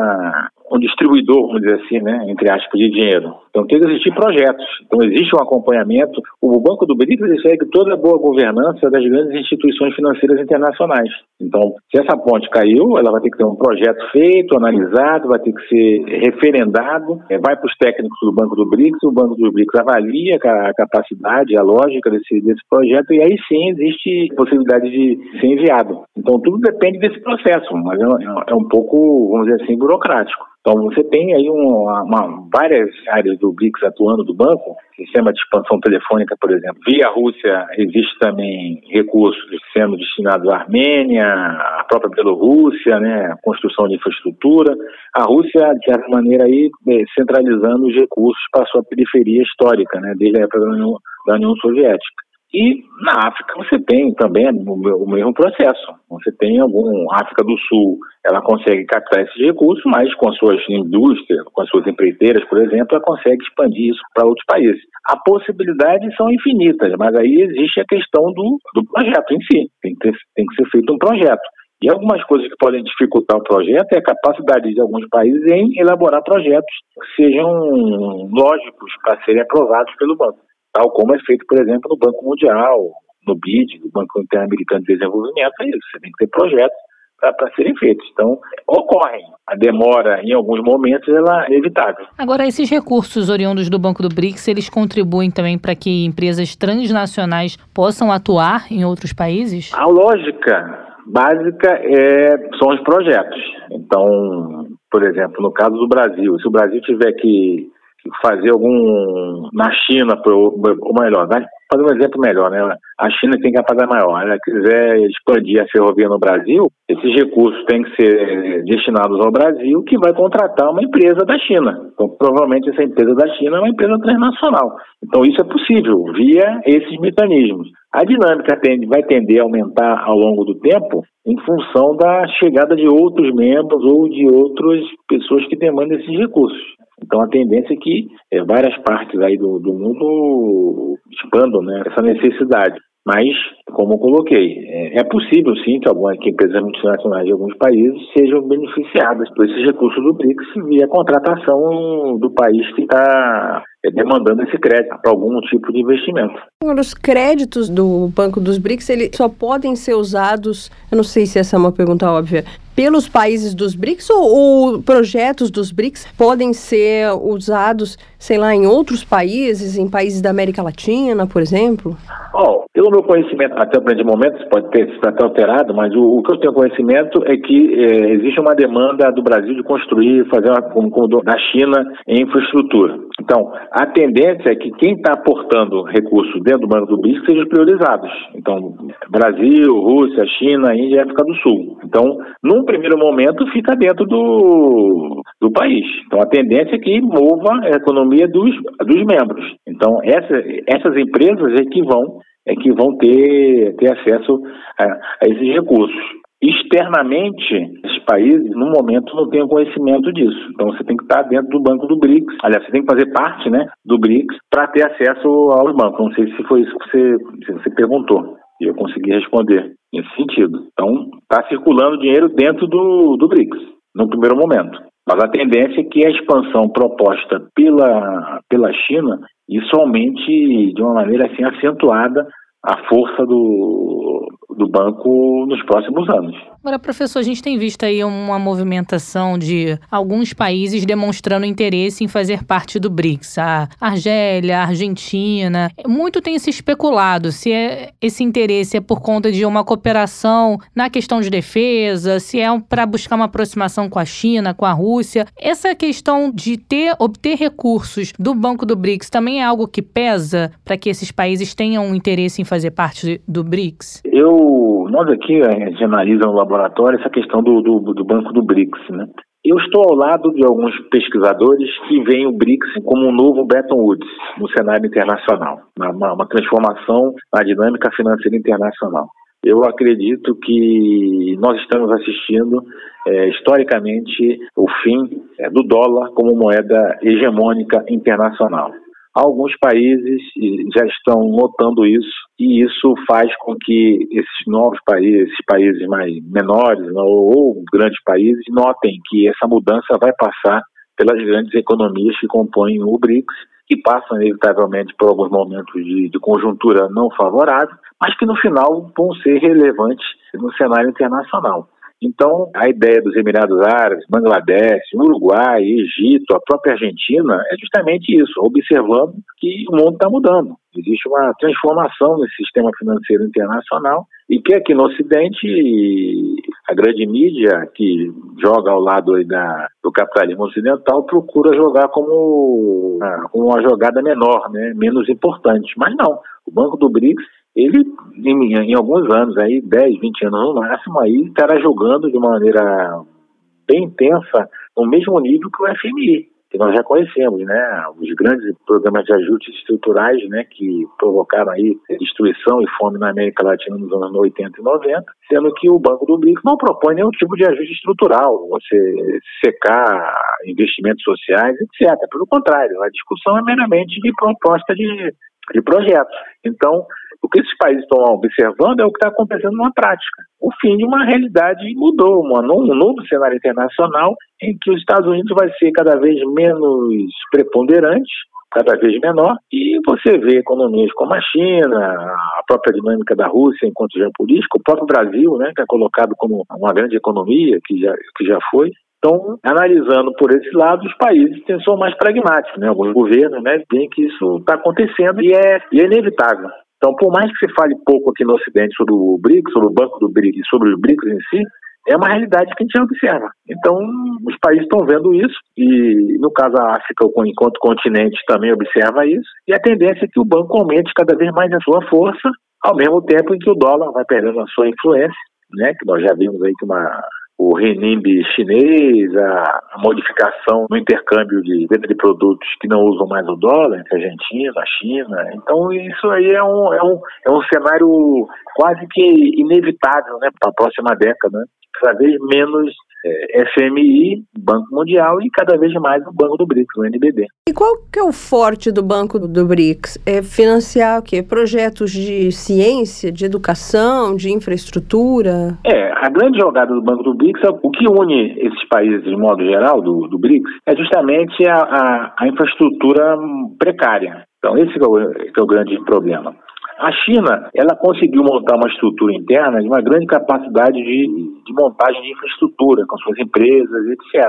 um distribuidor, vamos dizer assim, né? Entre aspas, de dinheiro. Então tem que existir projetos. Então existe um acompanhamento. O Banco do BRIC ele segue toda a boa governança das grandes instituições financeiras internacionais. Então, se essa ponte caiu, ela vai ter que ter um projeto feito, analisado, vai ter que ser referendado, vai para os técnicos do Banco do BRICS, o Banco do BRICS avalia a capacidade, a lógica desse projeto, e aí sim existe possibilidade de ser enviado. Então tudo depende desse processo, mas é um pouco, vamos dizer assim, burocrático. Então você tem aí várias áreas do BRICS atuando do banco, sistema de expansão telefônica, por exemplo. Via Rússia existe também recursos sendo destinados à Armênia, à própria Bielorrússia, né, construção de infraestrutura. A Rússia, de certa maneira, aí, centralizando os recursos para a sua periferia histórica, né, desde a época da União Soviética. E na África você tem também o mesmo processo. Você tem África do Sul, ela consegue captar esses recursos, mas com as suas indústrias, com as suas empreiteiras, por exemplo, ela consegue expandir isso para outros países. As possibilidades são infinitas, mas aí existe a questão do projeto em si. Tem que ser feito um projeto. E algumas coisas que podem dificultar o projeto é a capacidade de alguns países em elaborar projetos que sejam lógicos para serem aprovados pelo banco. Tal como é feito, por exemplo, no Banco Mundial, no BID, no Banco Interamericano de Desenvolvimento, é isso. Você tem que ter projetos para serem feitos. Então, ocorrem. A demora, em alguns momentos, ela é evitável. Agora, esses recursos oriundos do Banco do BRICS, eles contribuem também para que empresas transnacionais possam atuar em outros países? A lógica básica são os projetos. Então, por exemplo, no caso do Brasil, se o Brasil tiver que fazer na China, ou melhor, vai fazer um exemplo melhor, né? A China tem capacidade maior. Se ela quiser expandir a ferrovia no Brasil, esses recursos têm que ser destinados ao Brasil, que vai contratar uma empresa da China. Então, provavelmente essa empresa da China é uma empresa transnacional. Então, isso é possível via esses mecanismos. A dinâmica vai tender a aumentar ao longo do tempo em função da chegada de outros membros ou de outras pessoas que demandam esses recursos. Então, a tendência é que várias partes aí do mundo expandam, né, essa necessidade. Mas, como eu coloquei, é possível sim que empresas multinacionais de alguns países sejam beneficiadas por esses recursos do BRICS via contratação do país que está demandando esse crédito para algum tipo de investimento. Os créditos do Banco dos BRICS, eles só podem ser usados, eu não sei se essa é uma pergunta óbvia, pelos países dos BRICS ou projetos dos BRICS podem ser usados, sei lá, em outros países, em países da América Latina, por exemplo? Eu Pelo meu conhecimento, até o presente momento, isso pode ter sido até alterado, mas o que eu tenho conhecimento é que existe uma demanda do Brasil de construir, fazer como da China em infraestrutura. Então, a tendência é que quem está aportando recursos dentro do Banco do BRICS sejam priorizados. Então, Brasil, Rússia, China, Índia e África do Sul. Então, num primeiro momento, fica dentro do país. Então, a tendência é que mova a economia dos membros. Então, essas empresas é que vão ter acesso a esses recursos. Externamente, esses países, no momento, não têm conhecimento disso. Então, você tem que estar dentro do Banco do BRICS. Aliás, você tem que fazer parte, né, do BRICS para ter acesso aos bancos. Não sei se foi isso que você perguntou. E eu consegui responder nesse sentido. Então, está circulando dinheiro dentro do BRICS, no primeiro momento. Mas a tendência é que a expansão proposta pela China, isso aumente de uma maneira assim acentuada a força do banco nos próximos anos. Agora, professor, a gente tem visto aí uma movimentação de alguns países demonstrando interesse em fazer parte do BRICS. A Argélia, a Argentina. Muito tem se especulado se esse interesse é por conta de uma cooperação na questão de defesa, se é para buscar uma aproximação com a China, com a Rússia. Essa questão de obter recursos do Banco do BRICS também é algo que pesa para que esses países tenham um interesse em fazer parte do BRICS? Nós aqui a gente analisa no laboratório essa questão do Banco do BRICS, né? Eu estou ao lado de alguns pesquisadores que veem o BRICS como um novo Bretton Woods no cenário internacional, uma transformação na dinâmica financeira internacional. Eu acredito que nós estamos assistindo, historicamente, o fim do dólar como moeda hegemônica internacional. Alguns países já estão notando isso, e isso faz com que esses novos países, esses países mais menores ou grandes países, notem que essa mudança vai passar pelas grandes economias que compõem o BRICS, que passam inevitavelmente por alguns momentos de conjuntura não favorável, mas que no final vão ser relevantes no cenário internacional. Então, a ideia dos Emirados Árabes, Bangladesh, Uruguai, Egito, a própria Argentina, é justamente isso, observando que o mundo está mudando. Existe uma transformação nesse sistema financeiro internacional e que aqui no Ocidente, a grande mídia que joga ao lado aí do capitalismo ocidental procura jogar como uma jogada menor, né, menos importante. Mas não, o Banco do BRICS, ele, em alguns anos, aí, 10, 20 anos no máximo, aí estará jogando de uma maneira bem intensa no mesmo nível que o FMI, que nós já conhecemos, né? Os grandes programas de ajustes estruturais, né, que provocaram aí destruição e fome na América Latina nos anos 80 e 90, sendo que o Banco do BRICS não propõe nenhum tipo de ajuste estrutural, você secar investimentos sociais, etc. Pelo contrário, a discussão é meramente de proposta de projetos. Então, o que esses países estão observando é o que está acontecendo na prática. O fim de uma realidade mudou, um novo cenário internacional em que os Estados Unidos vai ser cada vez menos preponderante, cada vez menor, e você vê economias como a China, a própria dinâmica da Rússia enquanto geopolítica, o próprio Brasil, né, que é colocado como uma grande economia, que já foi. Então, analisando por esse lado, os países são mais pragmáticos, né? Alguns governos, né, veem que isso está acontecendo e é inevitável. Então, por mais que se fale pouco aqui no Ocidente sobre o BRICS, sobre o Banco do BRICS e sobre os BRICS em si, é uma realidade que a gente já observa. Então, os países estão vendo isso e, no caso, a África, enquanto continente, também observa isso. E a tendência é que o banco aumente cada vez mais a sua força, ao mesmo tempo em que o dólar vai perdendo a sua influência, né? Que nós já vimos aí que o renminbi chinês, a modificação no intercâmbio de venda de produtos que não usam mais o dólar, entre a Argentina, a China. Então, isso aí é um cenário quase que inevitável, né, para a próxima década, né? Cada vez menos FMI, Banco Mundial, e cada vez mais o Banco do BRICS, o NBD. E qual que é o forte do Banco do BRICS? É financiar o quê? Projetos de ciência, de educação, de infraestrutura? A grande jogada do Banco do BRICS, o que une esses países de modo geral, do BRICS, é justamente a infraestrutura precária. Então, esse que é o grande problema. A China, ela conseguiu montar uma estrutura interna de uma grande capacidade de montagem de infraestrutura, com suas empresas, etc.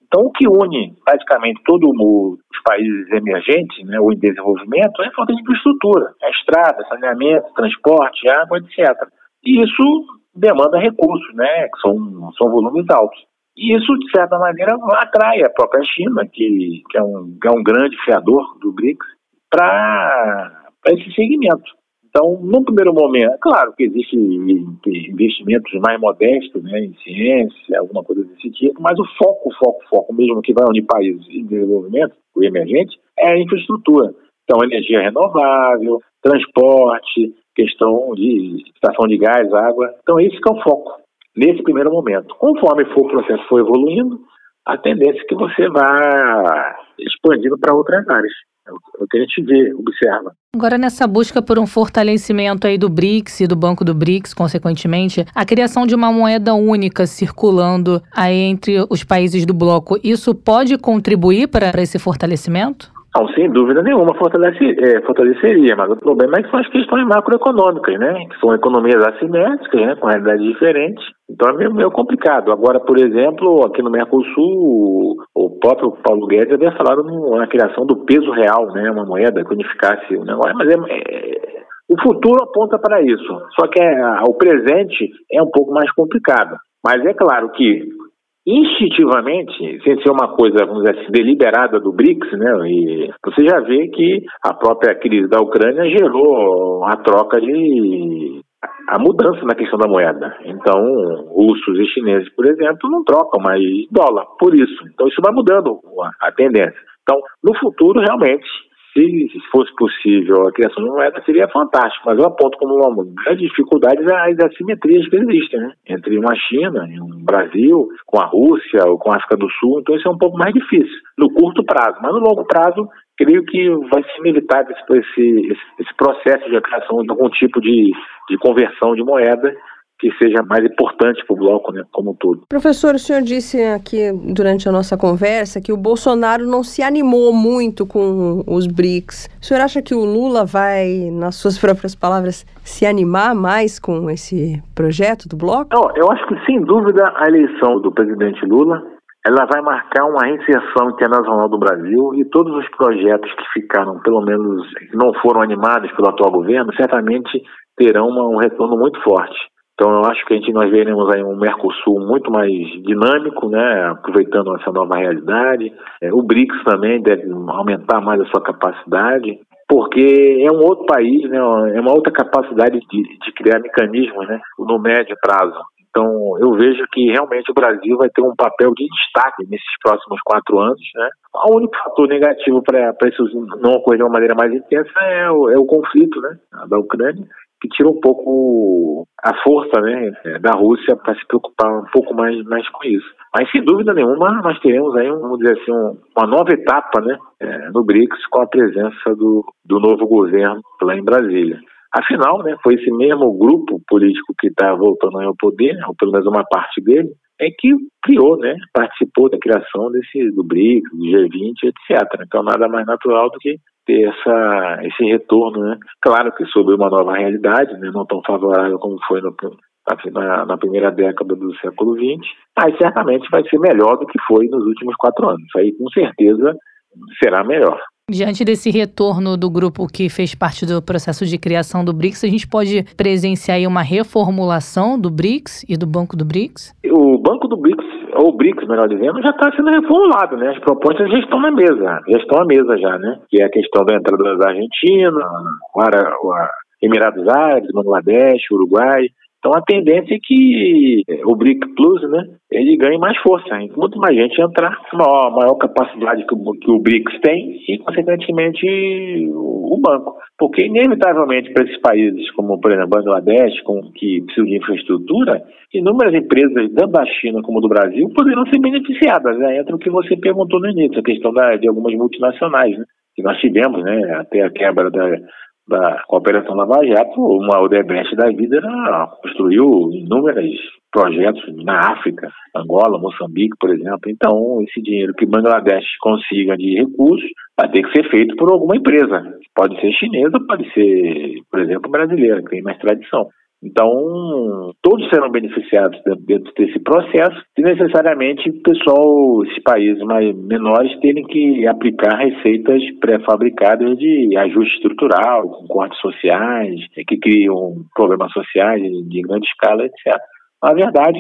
Então, o que une praticamente todos os países emergentes, né, ou em desenvolvimento, é a falta de infraestrutura, é estrada, saneamento, transporte, água, etc. E isso demanda recursos, né, que são volumes altos. E isso, de certa maneira, atrai a própria China, que é um grande fiador do BRICS, para esse segmento. Então, no primeiro momento, é claro que existem investimentos mais modestos, né, em ciência, alguma coisa desse tipo, mas o foco mesmo que vai unir países em desenvolvimento, o emergente, é a infraestrutura. Então, energia renovável, transporte, questão de estação de gás, água. Então, esse que é o foco, nesse primeiro momento. Conforme o processo for evoluindo, a tendência é que você vá expandindo para outras áreas. É o que a gente vê, observa. Agora, nessa busca por um fortalecimento aí do BRICS e do Banco do BRICS, consequentemente, a criação de uma moeda única circulando aí entre os países do bloco, isso pode contribuir para esse fortalecimento? Não, sem dúvida nenhuma fortaleceria, mas o problema é que são as questões macroeconômicas, né? Que são economias assimétricas, né? Com realidades diferentes. Então é meio complicado. Agora, por exemplo, aqui no Mercosul, o próprio Paulo Guedes havia falado na criação do peso real, né? Uma moeda que unificasse o negócio, mas o futuro aponta para isso. Só que o presente é um pouco mais complicado. Mas é claro que instintivamente, sem ser uma coisa, vamos dizer assim, deliberada do BRICS, né? E você já vê que a própria crise da Ucrânia gerou a mudança na questão da moeda. Então, russos e chineses, por exemplo, não trocam mais dólar por isso. Então, isso vai mudando a tendência. Então, no futuro, realmente, se fosse possível a criação de moeda, seria fantástico, mas eu aponto como uma grande dificuldade as assimetrias que existem, né? Entre uma China e um Brasil, com a Rússia ou com a África do Sul, então isso é um pouco mais difícil, no curto prazo, mas no longo prazo, creio que vai se inevitável esse processo de criação de algum tipo de conversão de moeda que seja mais importante para o bloco, né, como um todo. Professor, o senhor disse aqui durante a nossa conversa que o Bolsonaro não se animou muito com os BRICS. O senhor acha que o Lula vai, nas suas próprias palavras, se animar mais com esse projeto do bloco? Não, eu acho que, sem dúvida, a eleição do presidente Lula ela vai marcar uma reinserção internacional do Brasil e todos os projetos que ficaram, pelo menos, que não foram animados pelo atual governo, certamente terão um retorno muito forte. Então, eu acho que nós veremos aí um Mercosul muito mais dinâmico, né, aproveitando essa nova realidade. O BRICS também deve aumentar mais a sua capacidade, porque é um outro país, né, é uma outra capacidade de criar mecanismos, né, no médio prazo. Então, eu vejo que realmente o Brasil vai ter um papel de destaque nesses próximos 4 anos, né. O único fator negativo para isso não ocorrer de uma maneira mais intensa é o conflito, né, da Ucrânia, que tira um pouco a força, né, da Rússia para se preocupar um pouco mais com isso. Mas, sem dúvida nenhuma, nós teremos aí, vamos dizer assim, uma nova etapa, né, no BRICS com a presença do novo governo lá em Brasília. Afinal, né, foi esse mesmo grupo político que está voltando ao poder, ou pelo menos uma parte dele, que criou, né, participou da criação do BRICS, do G20, etc. Então, nada mais natural do que ter esse retorno, né? Claro que sobre uma nova realidade, né, não tão favorável como foi na primeira década do século XX, mas certamente vai ser melhor do que foi nos últimos 4 anos. Aí, com certeza, será melhor. Diante desse retorno do grupo que fez parte do processo de criação do BRICS, a gente pode presenciar aí uma reformulação do BRICS e do Banco do BRICS? O Banco do BRICS, ou o BRICS, melhor dizendo, já está sendo reformulado, né? As propostas já estão à mesa já, né? Que é a questão da entrada da Argentina, Emirados Árabes, Bangladesh, Uruguai. Então, a tendência é que o BRIC Plus, né, ele ganhe mais força. Quanto mais gente entrar, maior capacidade que o BRICS tem e, consequentemente, o banco. Porque, inevitavelmente, para esses países, como, por exemplo, Bangladesh, que precisam de infraestrutura, inúmeras empresas, tanto da China como do Brasil, poderão ser beneficiadas. Né? Entra o que você perguntou no início, a questão de algumas multinacionais, né, que nós tivemos, né, até a quebra da Operação Lava Jato, uma Odebrecht da vida construiu inúmeros projetos na África, Angola, Moçambique, por exemplo. Então, esse dinheiro que Bangladesh consiga de recursos vai ter que ser feito por alguma empresa. Pode ser chinesa, pode ser, por exemplo, brasileira, que tem mais tradição. Então, todos serão beneficiados dentro desse processo, e necessariamente esses países menores terem que aplicar receitas pré-fabricadas de ajuste estrutural, com cortes sociais, que criam problemas sociais de grande escala, etc. Na verdade,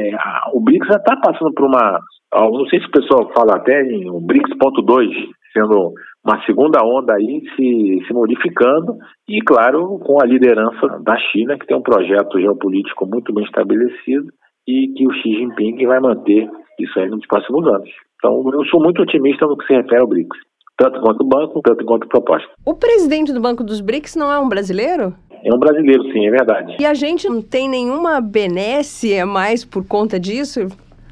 o BRICS já está passando por não sei se o pessoal fala até em o BRICS.2, sendo uma segunda onda aí se modificando e, claro, com a liderança da China, que tem um projeto geopolítico muito bem estabelecido e que o Xi Jinping vai manter isso aí nos próximos anos. Então, eu sou muito otimista no que se refere ao BRICS, tanto quanto o banco, tanto quanto a proposta. O presidente do Banco dos BRICS não é um brasileiro? É um brasileiro, sim, é verdade. E a gente não tem nenhuma benesse a mais por conta disso?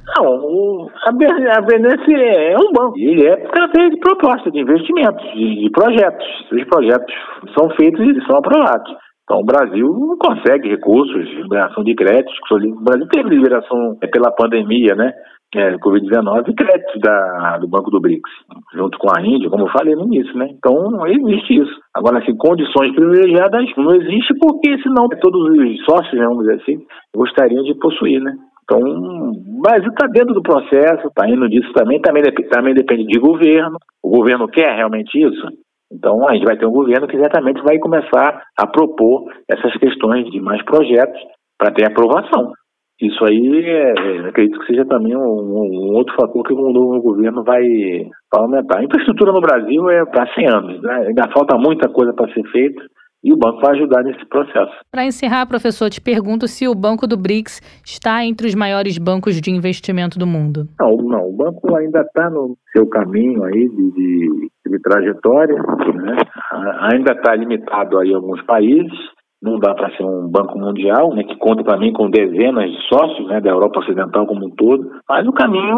Não, a Benesse é um banco. Ele é estratégia de proposta, de investimentos, de projetos. Os projetos são feitos e são aprovados. Então, o Brasil não consegue recursos, liberação de créditos. O Brasil teve liberação pela pandemia, né? Covid-19 e créditos do Banco do BRICS, junto com a Índia, como eu falei no início, né? Então, não existe isso. Agora, assim, condições privilegiadas não existe porque, senão, todos os sócios, vamos dizer assim, gostariam de possuir, né? Então, o Brasil está dentro do processo, está indo disso também depende de governo. O governo quer realmente isso? Então, a gente vai ter um governo que exatamente vai começar a propor essas questões de mais projetos para ter aprovação. Isso aí, acredito que seja também um outro fator que o novo governo vai aumentar. A infraestrutura no Brasil é para 100 anos, né? Ainda falta muita coisa para ser feita. E o banco vai ajudar nesse processo. Para encerrar, professor, te pergunto se o Banco do BRICS está entre os maiores bancos de investimento do mundo. Não, o banco ainda está no seu caminho aí de trajetória, né? Ainda está limitado aí a alguns países. Não dá para ser um banco mundial, né, que conta também com dezenas de sócios, né, da Europa Ocidental como um todo, mas o caminho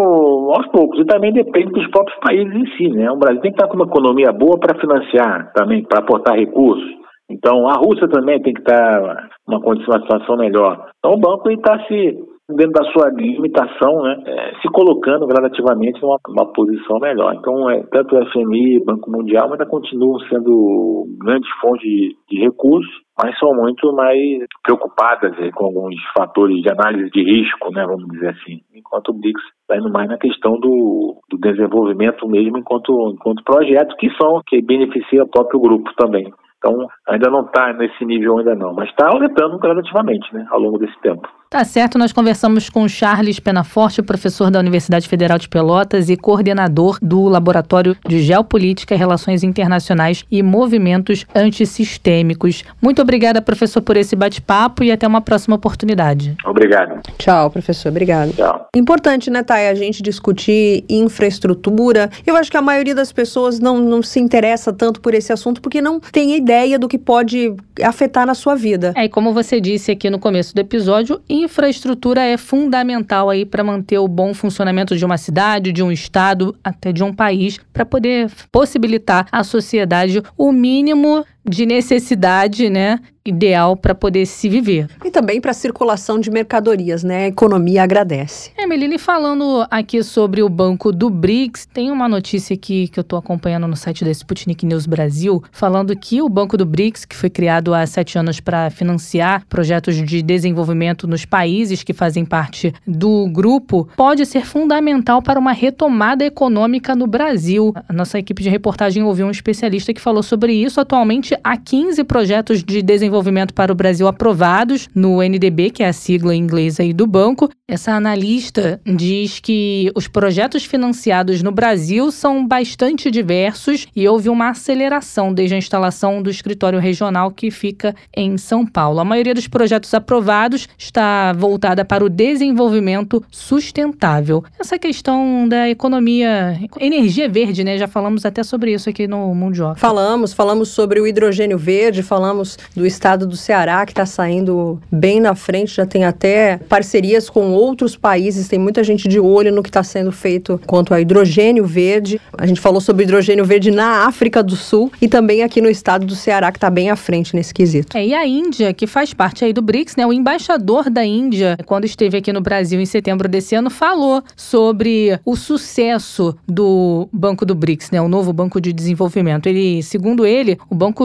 aos poucos, e também depende dos próprios países em si, né? O Brasil tem que estar com uma economia boa para financiar também, para aportar recursos. Então, a Rússia também tem que estar numa situação melhor. Então, o banco está dentro da sua limitação, né, se colocando gradativamente numa posição melhor. Então, tanto o FMI, Banco Mundial, ainda continuam sendo grandes fontes de recursos, mas são muito mais preocupadas com alguns fatores de análise de risco, né, vamos dizer assim, enquanto o BRICS está indo mais na questão do desenvolvimento mesmo enquanto projeto, que beneficia o próprio grupo também. Então, ainda não está nesse nível ainda não, mas está aumentando gradativamente, né, ao longo desse tempo. Tá certo, nós conversamos com Charles Penaforte, professor da Universidade Federal de Pelotas e coordenador do Laboratório de Geopolítica, Relações Internacionais e Movimentos Antissistêmicos. Muito obrigada, professor, por esse bate-papo e até uma próxima oportunidade. Obrigado. Tchau, professor. Obrigado. Tchau. Importante, né, Thay, a gente discutir infraestrutura. Eu acho que a maioria das pessoas não se interessa tanto por esse assunto porque não tem ideia do que pode afetar na sua vida. E como você disse aqui no começo do episódio, infraestrutura é fundamental aí para manter o bom funcionamento de uma cidade, de um estado, até de um país, para poder possibilitar à sociedade o mínimo de necessidade, né, ideal para poder se viver. E também para a circulação de mercadorias, né? A economia agradece. Meline, falando aqui sobre o Banco do BRICS, tem uma notícia aqui que eu estou acompanhando no site da Sputnik News Brasil, falando que o Banco do BRICS, que foi criado há 7 anos para financiar projetos de desenvolvimento nos países que fazem parte do grupo, pode ser fundamental para uma retomada econômica no Brasil. A nossa equipe de reportagem ouviu um especialista que falou sobre isso. Atualmente, há 15 projetos de desenvolvimento para o Brasil aprovados no NDB, que é a sigla em inglês aí do banco. Essa analista diz que os projetos financiados no Brasil são bastante diversos e houve uma aceleração desde a instalação do escritório regional que fica em São Paulo. A maioria dos projetos aprovados está voltada para o desenvolvimento sustentável. Essa questão da economia, energia verde, né? Já falamos até sobre isso aqui no Mundioca. Falamos sobre o hidrogênio verde, falamos do estado do Ceará, que está saindo bem na frente, já tem até parcerias com outros países, tem muita gente de olho no que está sendo feito quanto ao hidrogênio verde. A gente falou sobre hidrogênio verde na África do Sul e também aqui no estado do Ceará, que está bem à frente nesse quesito. E a Índia, que faz parte aí do BRICS, né? O embaixador da Índia, quando esteve aqui no Brasil em setembro desse ano, falou sobre o sucesso do Banco do BRICS, né? O novo Banco de Desenvolvimento. Segundo ele, o banco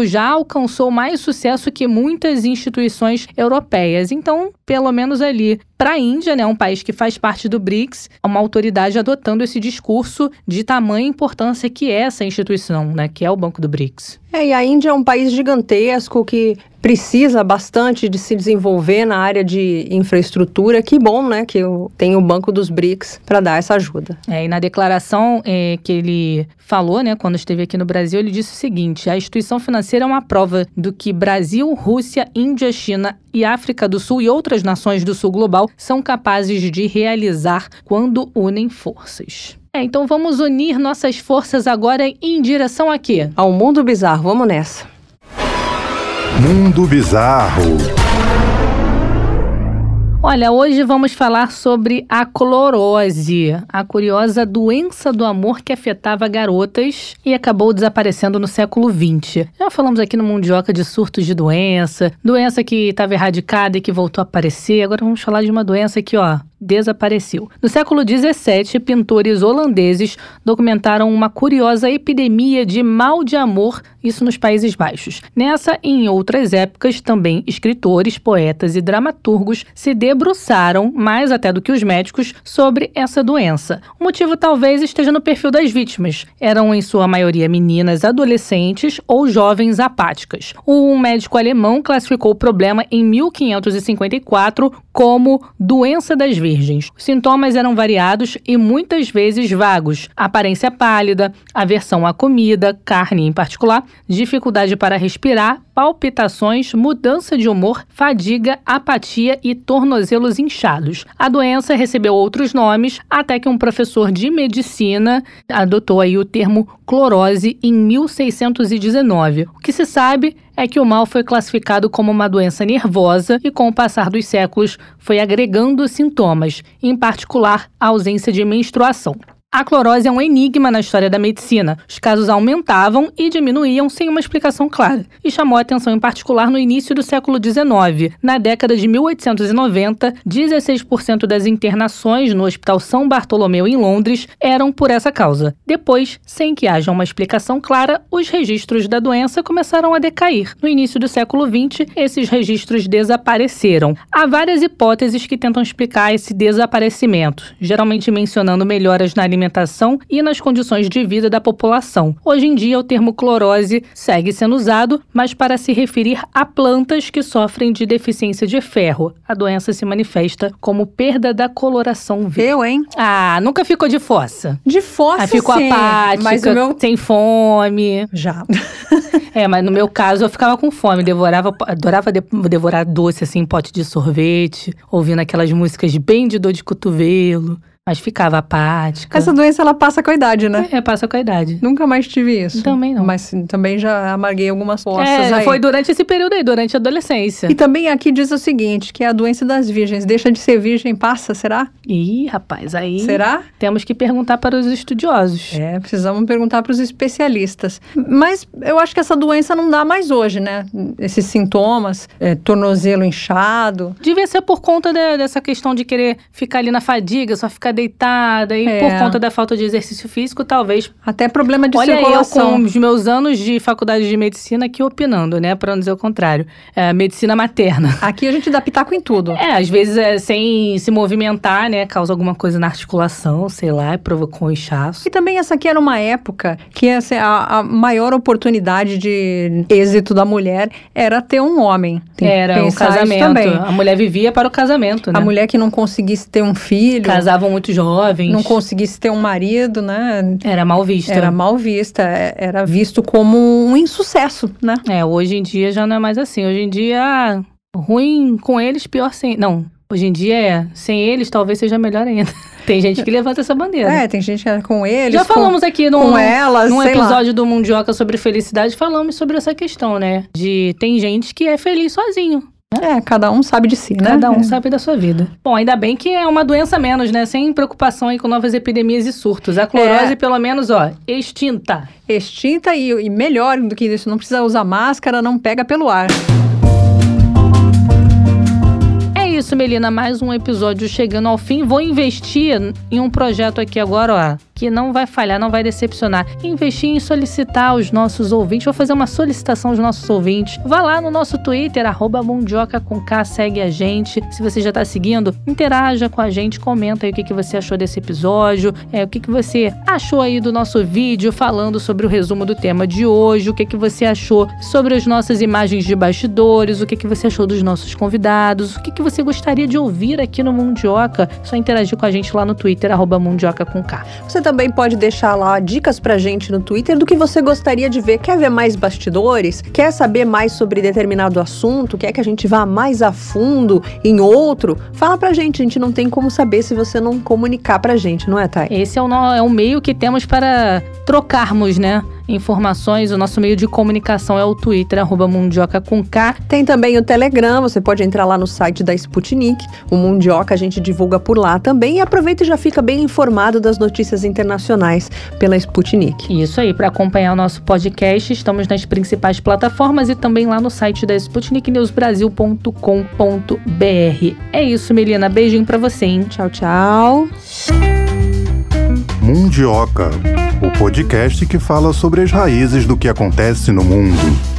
já alcançou mais sucesso que muitas instituições europeias. Então, pelo menos ali, para a Índia, né, um país que faz parte do BRICS, uma autoridade adotando esse discurso de tamanha importância que é essa instituição, né, que é o Banco do BRICS. E a Índia é um país gigantesco que precisa bastante de se desenvolver na área de infraestrutura. Que bom, né, que tem o Banco dos BRICS para dar essa ajuda. E na declaração que ele falou, né, quando esteve aqui no Brasil, ele disse o seguinte: a instituição financeira é uma prova do que Brasil, Rússia, Índia, China e África do Sul e outras nações do Sul global são capazes de realizar quando unem forças. Então vamos unir nossas forças agora em direção a quê? Ao mundo bizarro, vamos nessa. Mundo Bizarro. Olha, hoje vamos falar sobre a clorose, a curiosa doença do amor que afetava garotas e acabou desaparecendo no século XX. Já falamos aqui no Mundioca de surtos de doença que estava erradicada e que voltou a aparecer. Agora vamos falar de uma doença que, desapareceu. No século XVII, pintores holandeses documentaram uma curiosa epidemia de mal de amor, isso nos Países Baixos. Nessa e em outras épocas, também escritores, poetas e dramaturgos se debruçaram, mais até do que os médicos, sobre essa doença. O motivo talvez esteja no perfil das vítimas. Eram, em sua maioria, meninas adolescentes ou jovens apáticas. Um médico alemão classificou o problema em 1554 como doença das virgens. Os sintomas eram variados e muitas vezes vagos. Aparência pálida, aversão à comida, carne em particular, dificuldade para respirar, palpitações, mudança de humor, fadiga, apatia e tornozelos inchados. A doença recebeu outros nomes até que um professor de medicina adotou aí o termo clorose em 1619. O que se sabe é que o mal foi classificado como uma doença nervosa e, com o passar dos séculos, foi agregando sintomas, em particular a ausência de menstruação. A clorose é um enigma na história da medicina. Os casos aumentavam e diminuíam sem uma explicação clara. E chamou a atenção em particular no início do século XIX. Na década de 1890, 16% das internações no Hospital São Bartolomeu, em Londres, eram por essa causa. Depois, sem que haja uma explicação clara, os registros da doença começaram a decair. No início do século XX, esses registros desapareceram. Há várias hipóteses que tentam explicar esse desaparecimento, geralmente mencionando melhoras na alimentação e nas condições de vida da população. Hoje em dia, o termo clorose segue sendo usado, mas para se referir a plantas que sofrem de deficiência de ferro. A doença se manifesta como perda da coloração verde. Eu, hein? Nunca ficou de fossa. De fossa, ficou sim. apática, Mas sem fome. Já. Mas no meu caso, eu ficava com fome. Adorava devorar doce, assim, em pote de sorvete, ouvindo aquelas músicas bem de dor de cotovelo. Mas ficava apática. Essa doença, ela passa com a idade, né? Passa com a idade. Nunca mais tive isso. Também não. Mas também já amarguei algumas fossas aí. Foi durante esse período aí, durante a adolescência. E também aqui diz o seguinte, que é a doença das virgens. Deixa de ser virgem, passa, será? Ih, rapaz, aí... Será? Temos que perguntar para os estudiosos. Precisamos perguntar para os especialistas. Mas eu acho que essa doença não dá mais hoje, né? Esses sintomas, tornozelo inchado. Devia ser por conta dessa questão de querer ficar ali na fadiga, só ficar deitada e por conta da falta de exercício físico, talvez... Até problema de circulação. Olha, eu com os meus anos de faculdade de medicina aqui opinando, né? Para não dizer o contrário. Medicina materna. Aqui a gente dá pitaco em tudo. Às vezes sem se movimentar, né? Causa alguma coisa na articulação, sei lá, e provocou um inchaço. E também essa aqui era uma época que a maior oportunidade de êxito da mulher era ter um homem. Era o casamento. Também. A mulher vivia para o casamento, né? A mulher que não conseguisse ter um filho... Casavam muito jovens. Não conseguisse ter um marido, né? Era mal vista. Era mal vista. Era visto como um insucesso, né? Hoje em dia já não é mais assim. Hoje em dia, ruim com eles, pior sem... Não, hoje em dia, sem eles, talvez seja melhor ainda. Tem gente que levanta essa bandeira. Tem gente que é com eles, já falamos aqui com elas, num episódio do Mundioca sobre felicidade, falamos sobre essa questão, né? Tem gente que é feliz sozinho. Cada um sabe de si, né? Cada um sabe da sua vida. Bom, ainda bem que é uma doença menos, né? Sem preocupação aí com novas epidemias e surtos. A clorose, pelo menos, extinta. Extinta e melhor do que isso. Não precisa usar máscara, não pega pelo ar. É isso, Melina. Mais um episódio chegando ao fim. Vou investir em um projeto aqui agora, que não vai falhar, não vai decepcionar. Investir em solicitar os nossos ouvintes. Vou fazer uma solicitação aos nossos ouvintes. Vá lá no nosso Twitter, @mundioca_com_k, segue a gente. Se você já tá seguindo, interaja com a gente, comenta aí o que você achou desse episódio, o que você achou aí do nosso vídeo falando sobre o resumo do tema de hoje, o que você achou sobre as nossas imagens de bastidores, o que você achou dos nossos convidados, o que você gostaria de ouvir aqui no Mundioca. Só interagir com a gente lá no Twitter, @mundioca_com_k. Você também pode deixar lá dicas pra gente no Twitter do que você gostaria de ver. Quer ver mais bastidores? Quer saber mais sobre determinado assunto? Quer que a gente vá mais a fundo em outro? Fala pra gente, a gente não tem como saber se você não comunicar pra gente, não é, Thay? Esse é o meio que temos para trocarmos, né, informações. O nosso meio de comunicação é o Twitter, @mundioca_com_k. Tem também o Telegram, você pode entrar lá no site da Sputnik, o Mundioca a gente divulga por lá também, e aproveita e já fica bem informado das notícias internacionais pela Sputnik. Isso aí, para acompanhar o nosso podcast, estamos nas principais plataformas e também lá no site da sputniknewsbrasil.com.br. É isso, Melina, beijinho pra você, hein? Tchau, tchau. Mundioca, o podcast que fala sobre as raízes do que acontece no mundo.